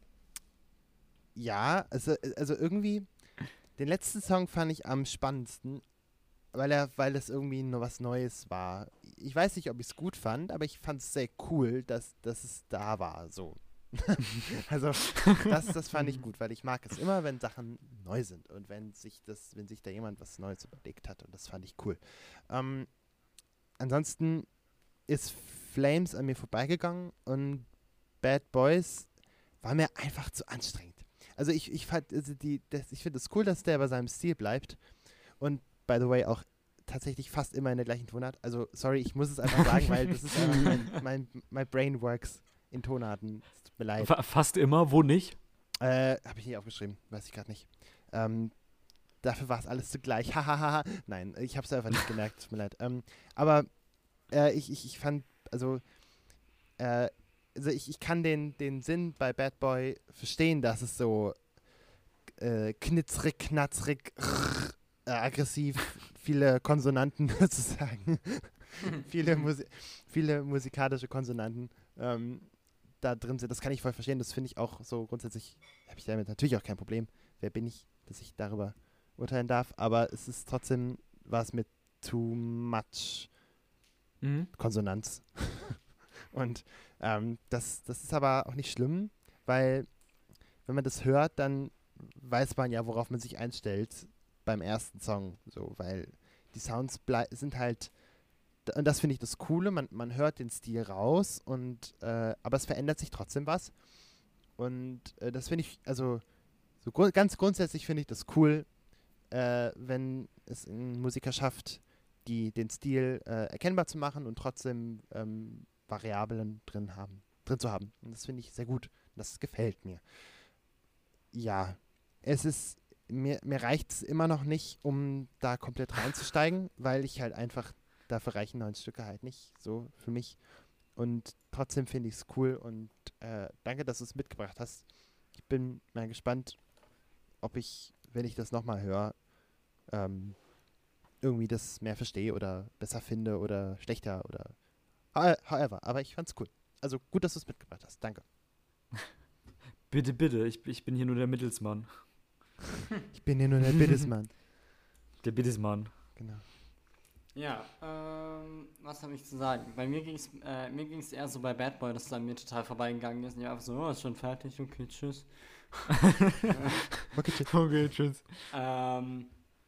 Speaker 1: ja, also, also irgendwie, den letzten Song fand ich am spannendsten, weil er, weil es irgendwie nur was Neues war. Ich weiß nicht, ob ich es gut fand, aber ich fand es sehr cool, dass, dass es da war, so. Also, das, das fand ich gut, weil ich mag es immer, wenn Sachen neu sind und wenn sich das, wenn sich da jemand was Neues überlegt hat, und das fand ich cool. Ähm, ansonsten ist Flames an mir vorbeigegangen und Bad Boys war mir einfach zu anstrengend. Also ich, ich fand, also die, das, ich finde es cool, dass der bei seinem Stil bleibt und by the way auch tatsächlich fast immer in der gleichen Tonart. Also, sorry, ich muss es einfach sagen, weil das ist einfach mein, mein, mein Brain works in Tonarten. Es tut mir leid.
Speaker 3: Fa- Fast immer, wo nicht?
Speaker 1: Äh, habe ich nicht aufgeschrieben, weiß ich gerade nicht. Ähm, dafür war es alles zugleich. Hahaha. Nein, ich habe es einfach nicht gemerkt, tut mir leid. Ähm, aber äh, ich, ich, ich fand, also, äh, also ich, ich kann den, den Sinn bei Bad Boy verstehen, dass es so äh, knitzrig, knatzrig, rrr, äh, aggressiv, viele Konsonanten sozusagen, viele, Musi- viele musikalische Konsonanten ähm, da drin sind. Das kann ich voll verstehen. Das finde ich auch so grundsätzlich, habe ich damit natürlich auch kein Problem. Wer bin ich, dass ich darüber urteilen darf? Aber es ist trotzdem was mit too much
Speaker 3: Mhm.
Speaker 1: Konsonanz. Und ähm, das, das ist aber auch nicht schlimm, weil wenn man das hört, dann weiß man ja, worauf man sich einstellt beim ersten Song. So, weil die Sounds blei- sind halt, d- und das finde ich das Coole, man, man hört den Stil raus, und äh, aber es verändert sich trotzdem was. Und äh, das finde ich, also so gru- ganz grundsätzlich finde ich das cool, äh, wenn es ein Musiker schafft, die, den Stil äh, erkennbar zu machen und trotzdem ähm, Variablen drin haben, drin zu haben. Und das finde ich sehr gut. Das gefällt mir. Ja, es ist, mir, mir reicht es immer noch nicht, um da komplett reinzusteigen, weil ich halt einfach, dafür reichen neun Stücke halt nicht so für mich. Und trotzdem finde ich es cool, und äh, danke, dass du es mitgebracht hast. Ich bin mal gespannt, ob ich, wenn ich das nochmal höre, ähm, irgendwie das mehr verstehe oder besser finde oder schlechter oder ho- however. Aber ich fand's cool. Also gut, dass du es mitgebracht hast. Danke.
Speaker 3: Bitte, bitte, ich, ich bin hier nur der Mittelsmann.
Speaker 1: Ich bin hier nur der Bittesmann.
Speaker 3: Der Bittesmann.
Speaker 1: Genau.
Speaker 2: Ja, ähm, was habe ich zu sagen? Bei mir ging es äh, mir ging's eher so bei Bad Boy, dass es an mir total vorbeigegangen ist. Und ich war einfach so, oh, ist schon fertig, okay, tschüss.
Speaker 1: Okay, tschüss.
Speaker 3: Okay, tschüss.
Speaker 2: Ähm,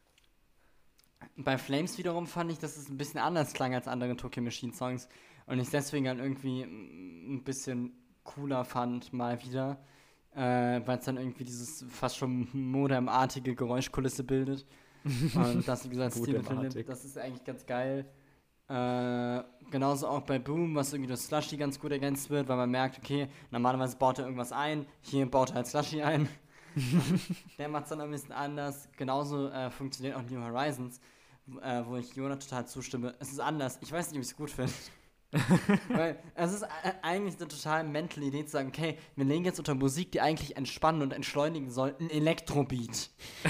Speaker 2: bei Flames wiederum fand ich, dass es ein bisschen anders klang als andere Tokyo Machine Songs und ich deswegen dann irgendwie mm, ein bisschen cooler fand, mal wieder, äh, weil es dann irgendwie dieses fast schon modemartige Geräuschkulisse bildet und das, wie gesagt, Stil
Speaker 3: Modemartig.
Speaker 2: findet, das ist eigentlich ganz geil. Äh, genauso auch bei Boom, was irgendwie durch Slushy ganz gut ergänzt wird, weil man merkt, okay, normalerweise baut er irgendwas ein, hier baut er halt Slushy ein. Der macht es dann ein bisschen anders. Genauso äh, funktioniert auch New Horizons, w- äh, wo ich Jona total zustimme. Es ist anders. Ich weiß nicht, ob ich es gut finde. Weil es ist äh, eigentlich eine total mental Idee zu sagen, okay, wir legen jetzt unter Musik, die eigentlich entspannen und entschleunigen soll, ein Elektrobeat.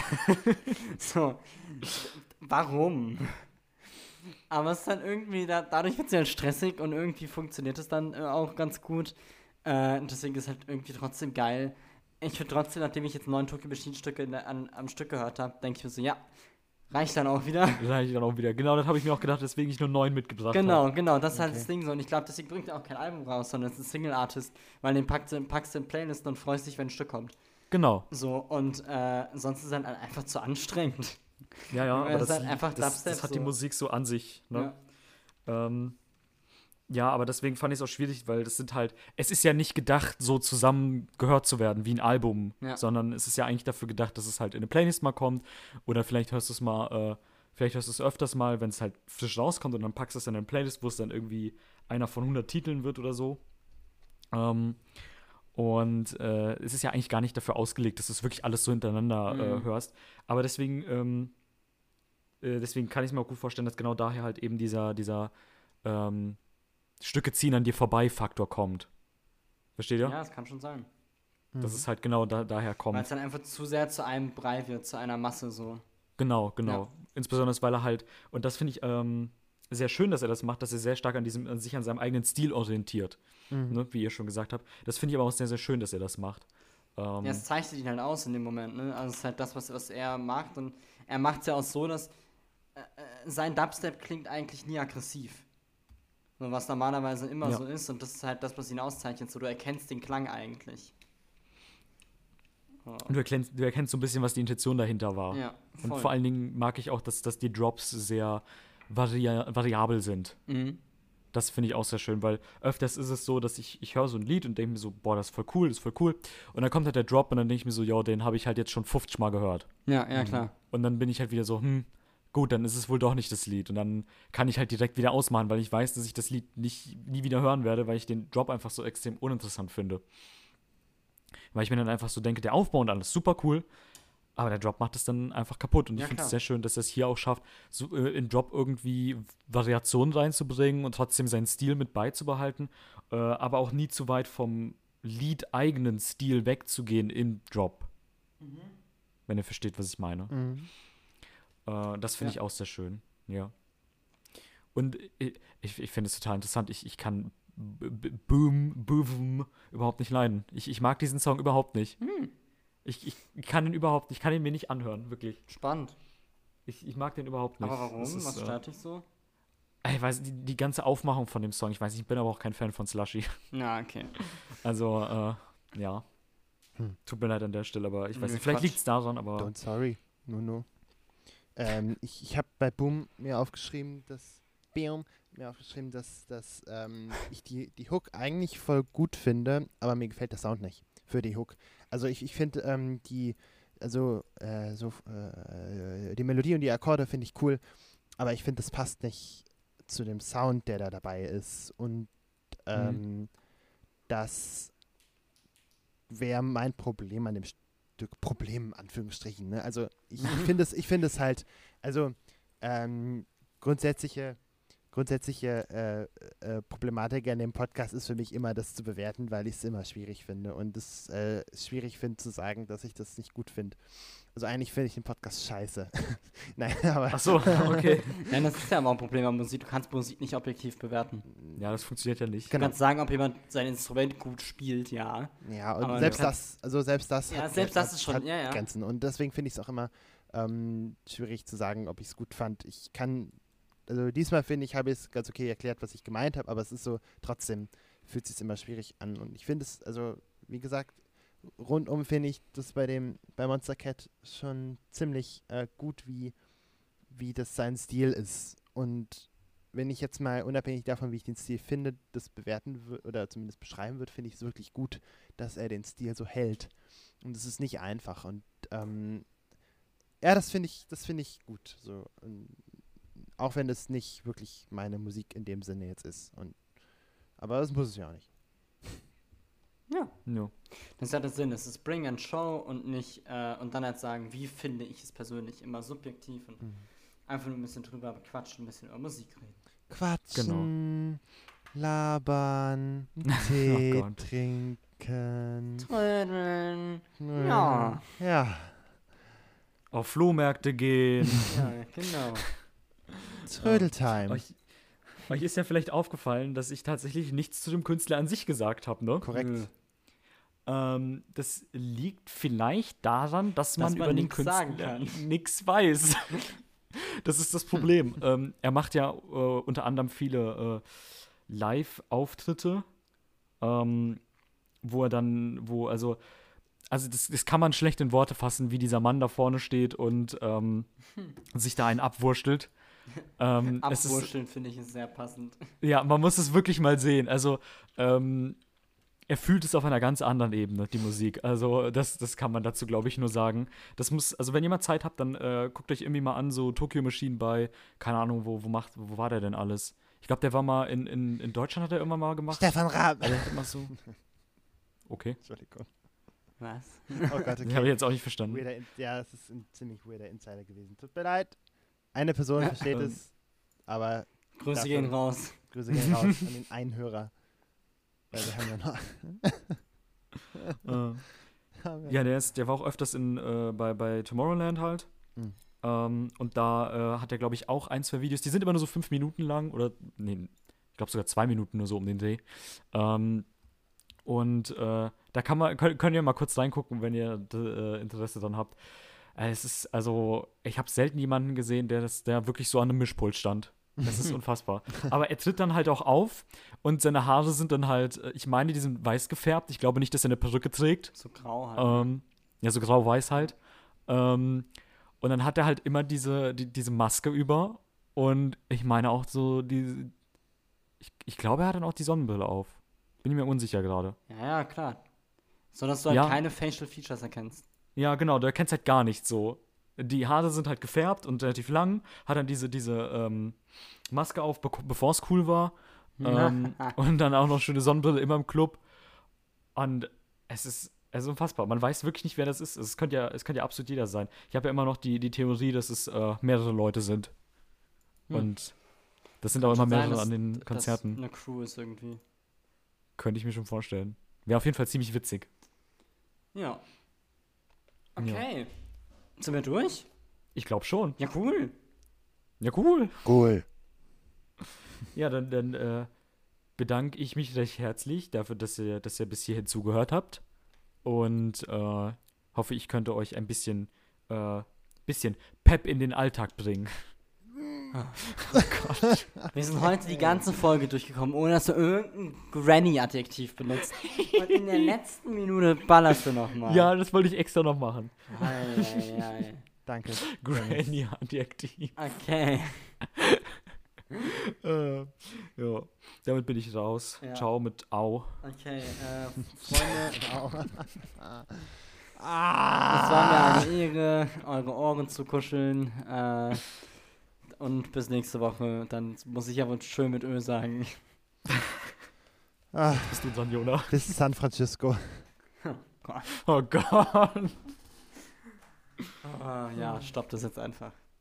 Speaker 2: So, warum? Aber es ist dann irgendwie, da, dadurch wird es halt stressig und irgendwie funktioniert es dann äh, auch ganz gut. Äh, und deswegen ist es halt irgendwie trotzdem geil. Ich finde trotzdem, nachdem ich jetzt neun Tokyo Machine Stücke in der- an, am Stück gehört habe, denke ich mir so, ja, reicht dann auch wieder.
Speaker 3: Das habe ich dann auch wieder. Genau, das habe ich mir auch gedacht, deswegen ich nur neun mitgebracht
Speaker 2: Genau,
Speaker 3: habe.
Speaker 2: genau, das ist halt
Speaker 1: Okay.
Speaker 2: das Ding so. Und ich glaube, deswegen bringt er auch kein Album raus, sondern es ist ein Single-Artist, weil den packst du, packst du in Playlist und freust dich, wenn ein Stück kommt.
Speaker 3: Genau.
Speaker 2: So, und äh, sonst ist es halt einfach zu anstrengend.
Speaker 3: Ja, ja,
Speaker 2: Weil
Speaker 3: aber
Speaker 2: es
Speaker 3: das,
Speaker 2: halt einfach
Speaker 3: das,
Speaker 2: Dubstep
Speaker 3: das hat die
Speaker 2: so.
Speaker 3: Musik so an sich. Ne?
Speaker 2: Ja.
Speaker 3: Ähm, ja, aber deswegen fand ich es auch schwierig, weil das sind halt, es ist ja nicht gedacht, so zusammen gehört zu werden wie ein Album,
Speaker 2: Ja.
Speaker 3: sondern es ist ja eigentlich dafür gedacht, dass es halt in eine Playlist mal kommt oder vielleicht hörst du es mal, äh, vielleicht hörst du es öfters mal, wenn es halt frisch rauskommt und dann packst du es in eine Playlist, wo es dann irgendwie einer von hundert Titeln wird oder so. Ähm, und äh, es ist ja eigentlich gar nicht dafür ausgelegt, dass du es wirklich alles so hintereinander äh,
Speaker 2: Mhm.
Speaker 3: hörst. Aber deswegen, ähm, äh, deswegen kann ich mir auch gut vorstellen, dass genau daher halt eben dieser, dieser ähm, Stücke ziehen an dir vorbei Faktor kommt. Versteht ihr?
Speaker 2: Ja, das kann schon sein.
Speaker 3: Dass
Speaker 1: Mhm.
Speaker 3: es halt genau da, daher
Speaker 2: Weil
Speaker 3: kommt.
Speaker 2: es dann einfach zu sehr zu einem Brei wird, zu einer Masse so.
Speaker 3: Genau, genau. Insbesondere, weil er halt, und das finde ich ähm, sehr schön, dass er das macht, dass er sehr stark an diesem, an sich an seinem eigenen Stil orientiert.
Speaker 1: Mhm.
Speaker 3: Ne? Wie ihr schon gesagt habt. Das finde ich aber auch sehr, sehr schön, dass er das macht. Ähm,
Speaker 2: Ja, es zeichnet ihn halt aus in dem Moment, ne? Also es ist halt das, was, was er macht und er macht es ja auch so, dass äh, äh, sein Dubstep klingt eigentlich nie aggressiv. So, was normalerweise immer
Speaker 3: Ja.
Speaker 2: so ist und das ist halt das, was ihn auszeichnet, so du erkennst den Klang eigentlich. So.
Speaker 3: und du erkennst, du erkennst so ein bisschen, was die Intention dahinter war.
Speaker 2: Ja,
Speaker 3: Und
Speaker 2: voll.
Speaker 3: vor allen Dingen mag ich auch, dass, dass die Drops sehr varia variabel sind.
Speaker 2: Mhm.
Speaker 3: Das finde ich auch sehr schön, weil öfters ist es so, dass ich, ich höre so ein Lied und denke mir so, boah, das ist voll cool, das ist voll cool. Und dann kommt halt der Drop und dann denke ich mir so, ja, den habe ich halt jetzt schon fünfzig Mal gehört.
Speaker 2: Ja, ja, klar.
Speaker 3: Und dann bin ich halt wieder so, hm, gut, dann ist es wohl doch nicht das Lied. Und dann kann ich halt direkt wieder ausmachen, weil ich weiß, dass ich das Lied nicht, nie wieder hören werde, weil ich den Drop einfach so extrem uninteressant finde. Weil ich mir dann einfach so denke, der Aufbau und alles super cool, aber der Drop macht es dann einfach kaputt. Und
Speaker 2: Ja,
Speaker 3: ich finde es
Speaker 2: klar.
Speaker 3: sehr schön, dass er es hier auch schafft, so äh, in Drop irgendwie Variationen reinzubringen und trotzdem seinen Stil mit beizubehalten, äh, aber auch nie zu weit vom Lied-eigenen Stil wegzugehen im Drop. Wenn ihr versteht, was ich meine.
Speaker 1: Mhm.
Speaker 3: Äh, das finde
Speaker 2: Ja.
Speaker 3: ich auch sehr schön, ja. Und ich, ich, ich finde es total interessant. Ich, ich kann B- B- Boom, Boom überhaupt nicht leiden. Ich, ich mag diesen Song überhaupt nicht. Ich, ich kann ihn überhaupt, ich kann ihn mir nicht anhören, wirklich.
Speaker 2: Spannend.
Speaker 3: Ich, ich mag den überhaupt nicht.
Speaker 2: Aber warum?
Speaker 3: Es ist,
Speaker 2: Was
Speaker 3: äh,
Speaker 2: stört dich so?
Speaker 3: Ich weiß, die, die ganze Aufmachung von dem Song, ich weiß nicht, ich bin aber auch kein Fan von Slushy.
Speaker 2: Ja, okay.
Speaker 3: Also, äh, ja.
Speaker 1: Hm.
Speaker 3: Tut mir leid an der Stelle, aber ich weiß
Speaker 2: Nö,
Speaker 3: nicht, vielleicht
Speaker 2: Quatsch.
Speaker 3: liegt es daran, aber
Speaker 1: Don't sorry. No, no. Ähm, ich ich habe bei Boom mir aufgeschrieben, dass Boom mir aufgeschrieben, dass, dass ähm, ich die, die Hook eigentlich voll gut finde, aber mir gefällt der Sound nicht für die Hook. Also ich, ich finde ähm, die, also äh, so äh, die Melodie und die Akkorde finde ich cool, aber ich finde, das passt nicht zu dem Sound, der da dabei ist. Und ähm, das wäre mein Problem an dem Stück. Problem, in Anführungsstrichen. Ne? Also ich, ich finde es, ich finde es halt, also ähm, grundsätzliche, grundsätzliche äh, äh, Problematik an dem Podcast ist für mich immer, das zu bewerten, weil ich es immer schwierig finde und es äh, schwierig finde zu sagen, dass ich das nicht gut finde. Also eigentlich finde ich den Podcast scheiße. Nein, aber
Speaker 3: ach so, okay.
Speaker 2: Ja, das ist ja immer ein Problem an Musik. Du kannst Musik nicht objektiv bewerten.
Speaker 3: Ja, das funktioniert ja nicht.
Speaker 2: Du
Speaker 1: Genau.
Speaker 2: kannst sagen, ob jemand sein Instrument gut spielt, ja.
Speaker 1: Ja, und
Speaker 2: Aber
Speaker 1: selbst
Speaker 2: du
Speaker 1: das, also selbst das
Speaker 2: Ja,
Speaker 1: hat,
Speaker 2: selbst
Speaker 1: hat,
Speaker 2: das ist schon-
Speaker 1: hat
Speaker 2: ja, ja.
Speaker 1: Grenzen. Und deswegen finde ich es auch immer ähm, schwierig zu sagen, ob ich es gut fand. Ich kann, also diesmal finde ich, habe ich es ganz okay erklärt, was ich gemeint habe, aber es ist so, trotzdem fühlt es sich immer schwierig an. Und ich finde es, also wie gesagt, rundum finde ich das bei dem, bei Monster Cat schon ziemlich äh, gut, wie, wie das sein Stil ist. Und wenn ich jetzt mal, unabhängig davon, wie ich den Stil finde, das bewerten wür- oder zumindest beschreiben würde, finde ich es wirklich gut, dass er den Stil so hält. Und es ist nicht einfach. Und ähm, ja, das finde ich, das finde ich gut. So. Und auch wenn das nicht wirklich meine Musik in dem Sinne jetzt ist. Und, aber das muss es ja auch nicht.
Speaker 2: Ja.
Speaker 3: Ja.
Speaker 2: Das hat den Sinn. Es ist Bring and Show und nicht, äh, und dann halt sagen, wie finde ich es persönlich, immer subjektiv und
Speaker 1: Mhm.
Speaker 2: einfach nur ein bisschen drüber quatschen, ein bisschen über Musik reden.
Speaker 1: Quatschen, labern, Tee
Speaker 3: Oh Gott.
Speaker 1: trinken.
Speaker 2: Trödeln.
Speaker 1: Äh,
Speaker 2: Ja.
Speaker 1: Ja,
Speaker 3: Auf Flohmärkte gehen.
Speaker 2: Ja, genau.
Speaker 1: Trödeltime.
Speaker 3: Euch, euch ist ja vielleicht aufgefallen, dass ich tatsächlich nichts zu dem Künstler an sich gesagt habe, ne?
Speaker 1: Korrekt.
Speaker 2: Nö.
Speaker 3: Ähm, das liegt vielleicht daran, dass man,
Speaker 2: man
Speaker 3: über den
Speaker 2: nix sagen
Speaker 3: Künstler
Speaker 2: kann.
Speaker 3: nichts weiß. Das ist das Problem. ähm, er macht ja äh, unter anderem viele äh, Live-Auftritte, ähm, wo er dann, wo, also, also das, das kann man schlecht in Worte fassen, wie dieser Mann da vorne steht und ähm, sich da einen abwurschtelt. Ähm, es ist,
Speaker 2: Abwurschteln finde ich ist sehr passend.
Speaker 3: ja, man muss es wirklich mal sehen. Also, ähm, er fühlt es auf einer ganz anderen Ebene, die Musik. Also, das, das kann man dazu, glaube ich, nur sagen. Das muss, also wenn ihr mal Zeit habt, dann äh, guckt euch irgendwie mal an, so Tokyo Machine bei, keine Ahnung, wo, wo macht, wo war der denn alles? Ich glaube, der war mal in, in, in Deutschland, hat er irgendwann mal gemacht.
Speaker 1: Stefan Raab.
Speaker 3: Also, immer so. Okay,
Speaker 1: Entschuldigung.
Speaker 2: Was?
Speaker 1: Oh Gott,
Speaker 3: das habe ich
Speaker 1: okay.
Speaker 3: jetzt auch nicht verstanden.
Speaker 1: Weirder In ja, es ist ein ziemlich weirder Insider gewesen. Tut mir leid. Eine Person
Speaker 2: Ja,
Speaker 1: versteht
Speaker 3: ähm.
Speaker 1: es, aber
Speaker 2: Grüße
Speaker 1: Dafür-
Speaker 2: gehen raus.
Speaker 1: Grüße gehen raus an den einen Hörer. Weil wir haben ja noch.
Speaker 3: Äh,
Speaker 1: haben wir
Speaker 3: ja, der, ist, der war auch öfters in, äh, bei, bei Tomorrowland halt.
Speaker 1: Mhm.
Speaker 3: Ähm, und da äh, hat er, glaube ich, auch ein, zwei Videos, die sind immer nur so fünf Minuten lang oder, nee, ich glaube sogar zwei Minuten nur so um den Dreh. Ähm, und äh, da kann man, könnt, könnt ihr mal kurz reingucken, wenn ihr äh, Interesse dran habt. Äh, es ist, also, ich habe selten jemanden gesehen, der, das, der wirklich so an einem Mischpult stand. Das ist unfassbar. Aber er tritt dann halt auch auf und seine Haare sind dann halt, äh, ich meine, die sind weiß gefärbt. Ich glaube nicht, dass er eine Perücke trägt.
Speaker 2: So grau halt.
Speaker 3: Ähm, ja, so grau-weiß halt. Ähm, und dann hat er halt immer diese, die, diese Maske über. Und ich meine auch so, die, ich, ich glaube, er hat dann auch die Sonnenbrille auf. Bin ich mir unsicher gerade.
Speaker 2: Ja, ja, klar. So, dass du halt
Speaker 3: Ja.
Speaker 2: keine Facial Features erkennst.
Speaker 3: Ja, genau, du erkennst halt gar nicht so. die Haare sind halt gefärbt und relativ lang, hat dann diese, diese ähm, Maske auf, be- bevor es cool war. Ähm, und dann auch noch schöne Sonnenbrille immer im Club. Und es ist, es ist unfassbar. Man weiß wirklich nicht, wer das ist. Es könnte ja, es könnte ja absolut jeder sein. Ich habe ja immer noch die, die Theorie, dass es äh, mehrere Leute sind.
Speaker 2: Hm.
Speaker 3: Und das sind auch immer
Speaker 2: Kann sein,
Speaker 3: mehrere
Speaker 2: dass-
Speaker 3: an den
Speaker 2: dass
Speaker 3: Konzerten.
Speaker 2: eine Crew ist irgendwie.
Speaker 3: Könnte ich mir schon vorstellen. Wäre auf jeden Fall ziemlich witzig.
Speaker 2: Ja. Okay. Sind wir durch?
Speaker 3: Ich glaube schon.
Speaker 2: Ja, cool.
Speaker 3: Ja, cool.
Speaker 1: Cool.
Speaker 3: Ja, dann, dann äh, bedanke ich mich recht herzlich dafür, dass ihr, dass ihr bis hierhin zugehört habt. Und äh, hoffe, ich könnte euch ein bisschen, äh, bisschen Pep in den Alltag bringen.
Speaker 2: Wir sind heute die ganze Folge durchgekommen, ohne dass du irgendein Granny-Adjektiv benutzt. Und in der letzten Minute ballerst du nochmal.
Speaker 3: Ja, das wollte ich extra noch machen.
Speaker 2: Ei, ei, ei.
Speaker 1: Danke.
Speaker 3: Granny-Adjektiv.
Speaker 2: Okay.
Speaker 3: Äh, ja, damit bin ich raus.
Speaker 2: Ja.
Speaker 3: Ciao mit Au.
Speaker 2: Okay, äh, Freunde. Es war mir eine Ehre, eure Ohren zu kuscheln. Äh, und bis nächste Woche. Dann muss ich aber schön mit Öl sagen.
Speaker 1: Ah,
Speaker 3: Bist du dran, Jona?
Speaker 1: bis San Francisco.
Speaker 3: Oh Gott.
Speaker 2: Ah, ja, stopp das jetzt einfach.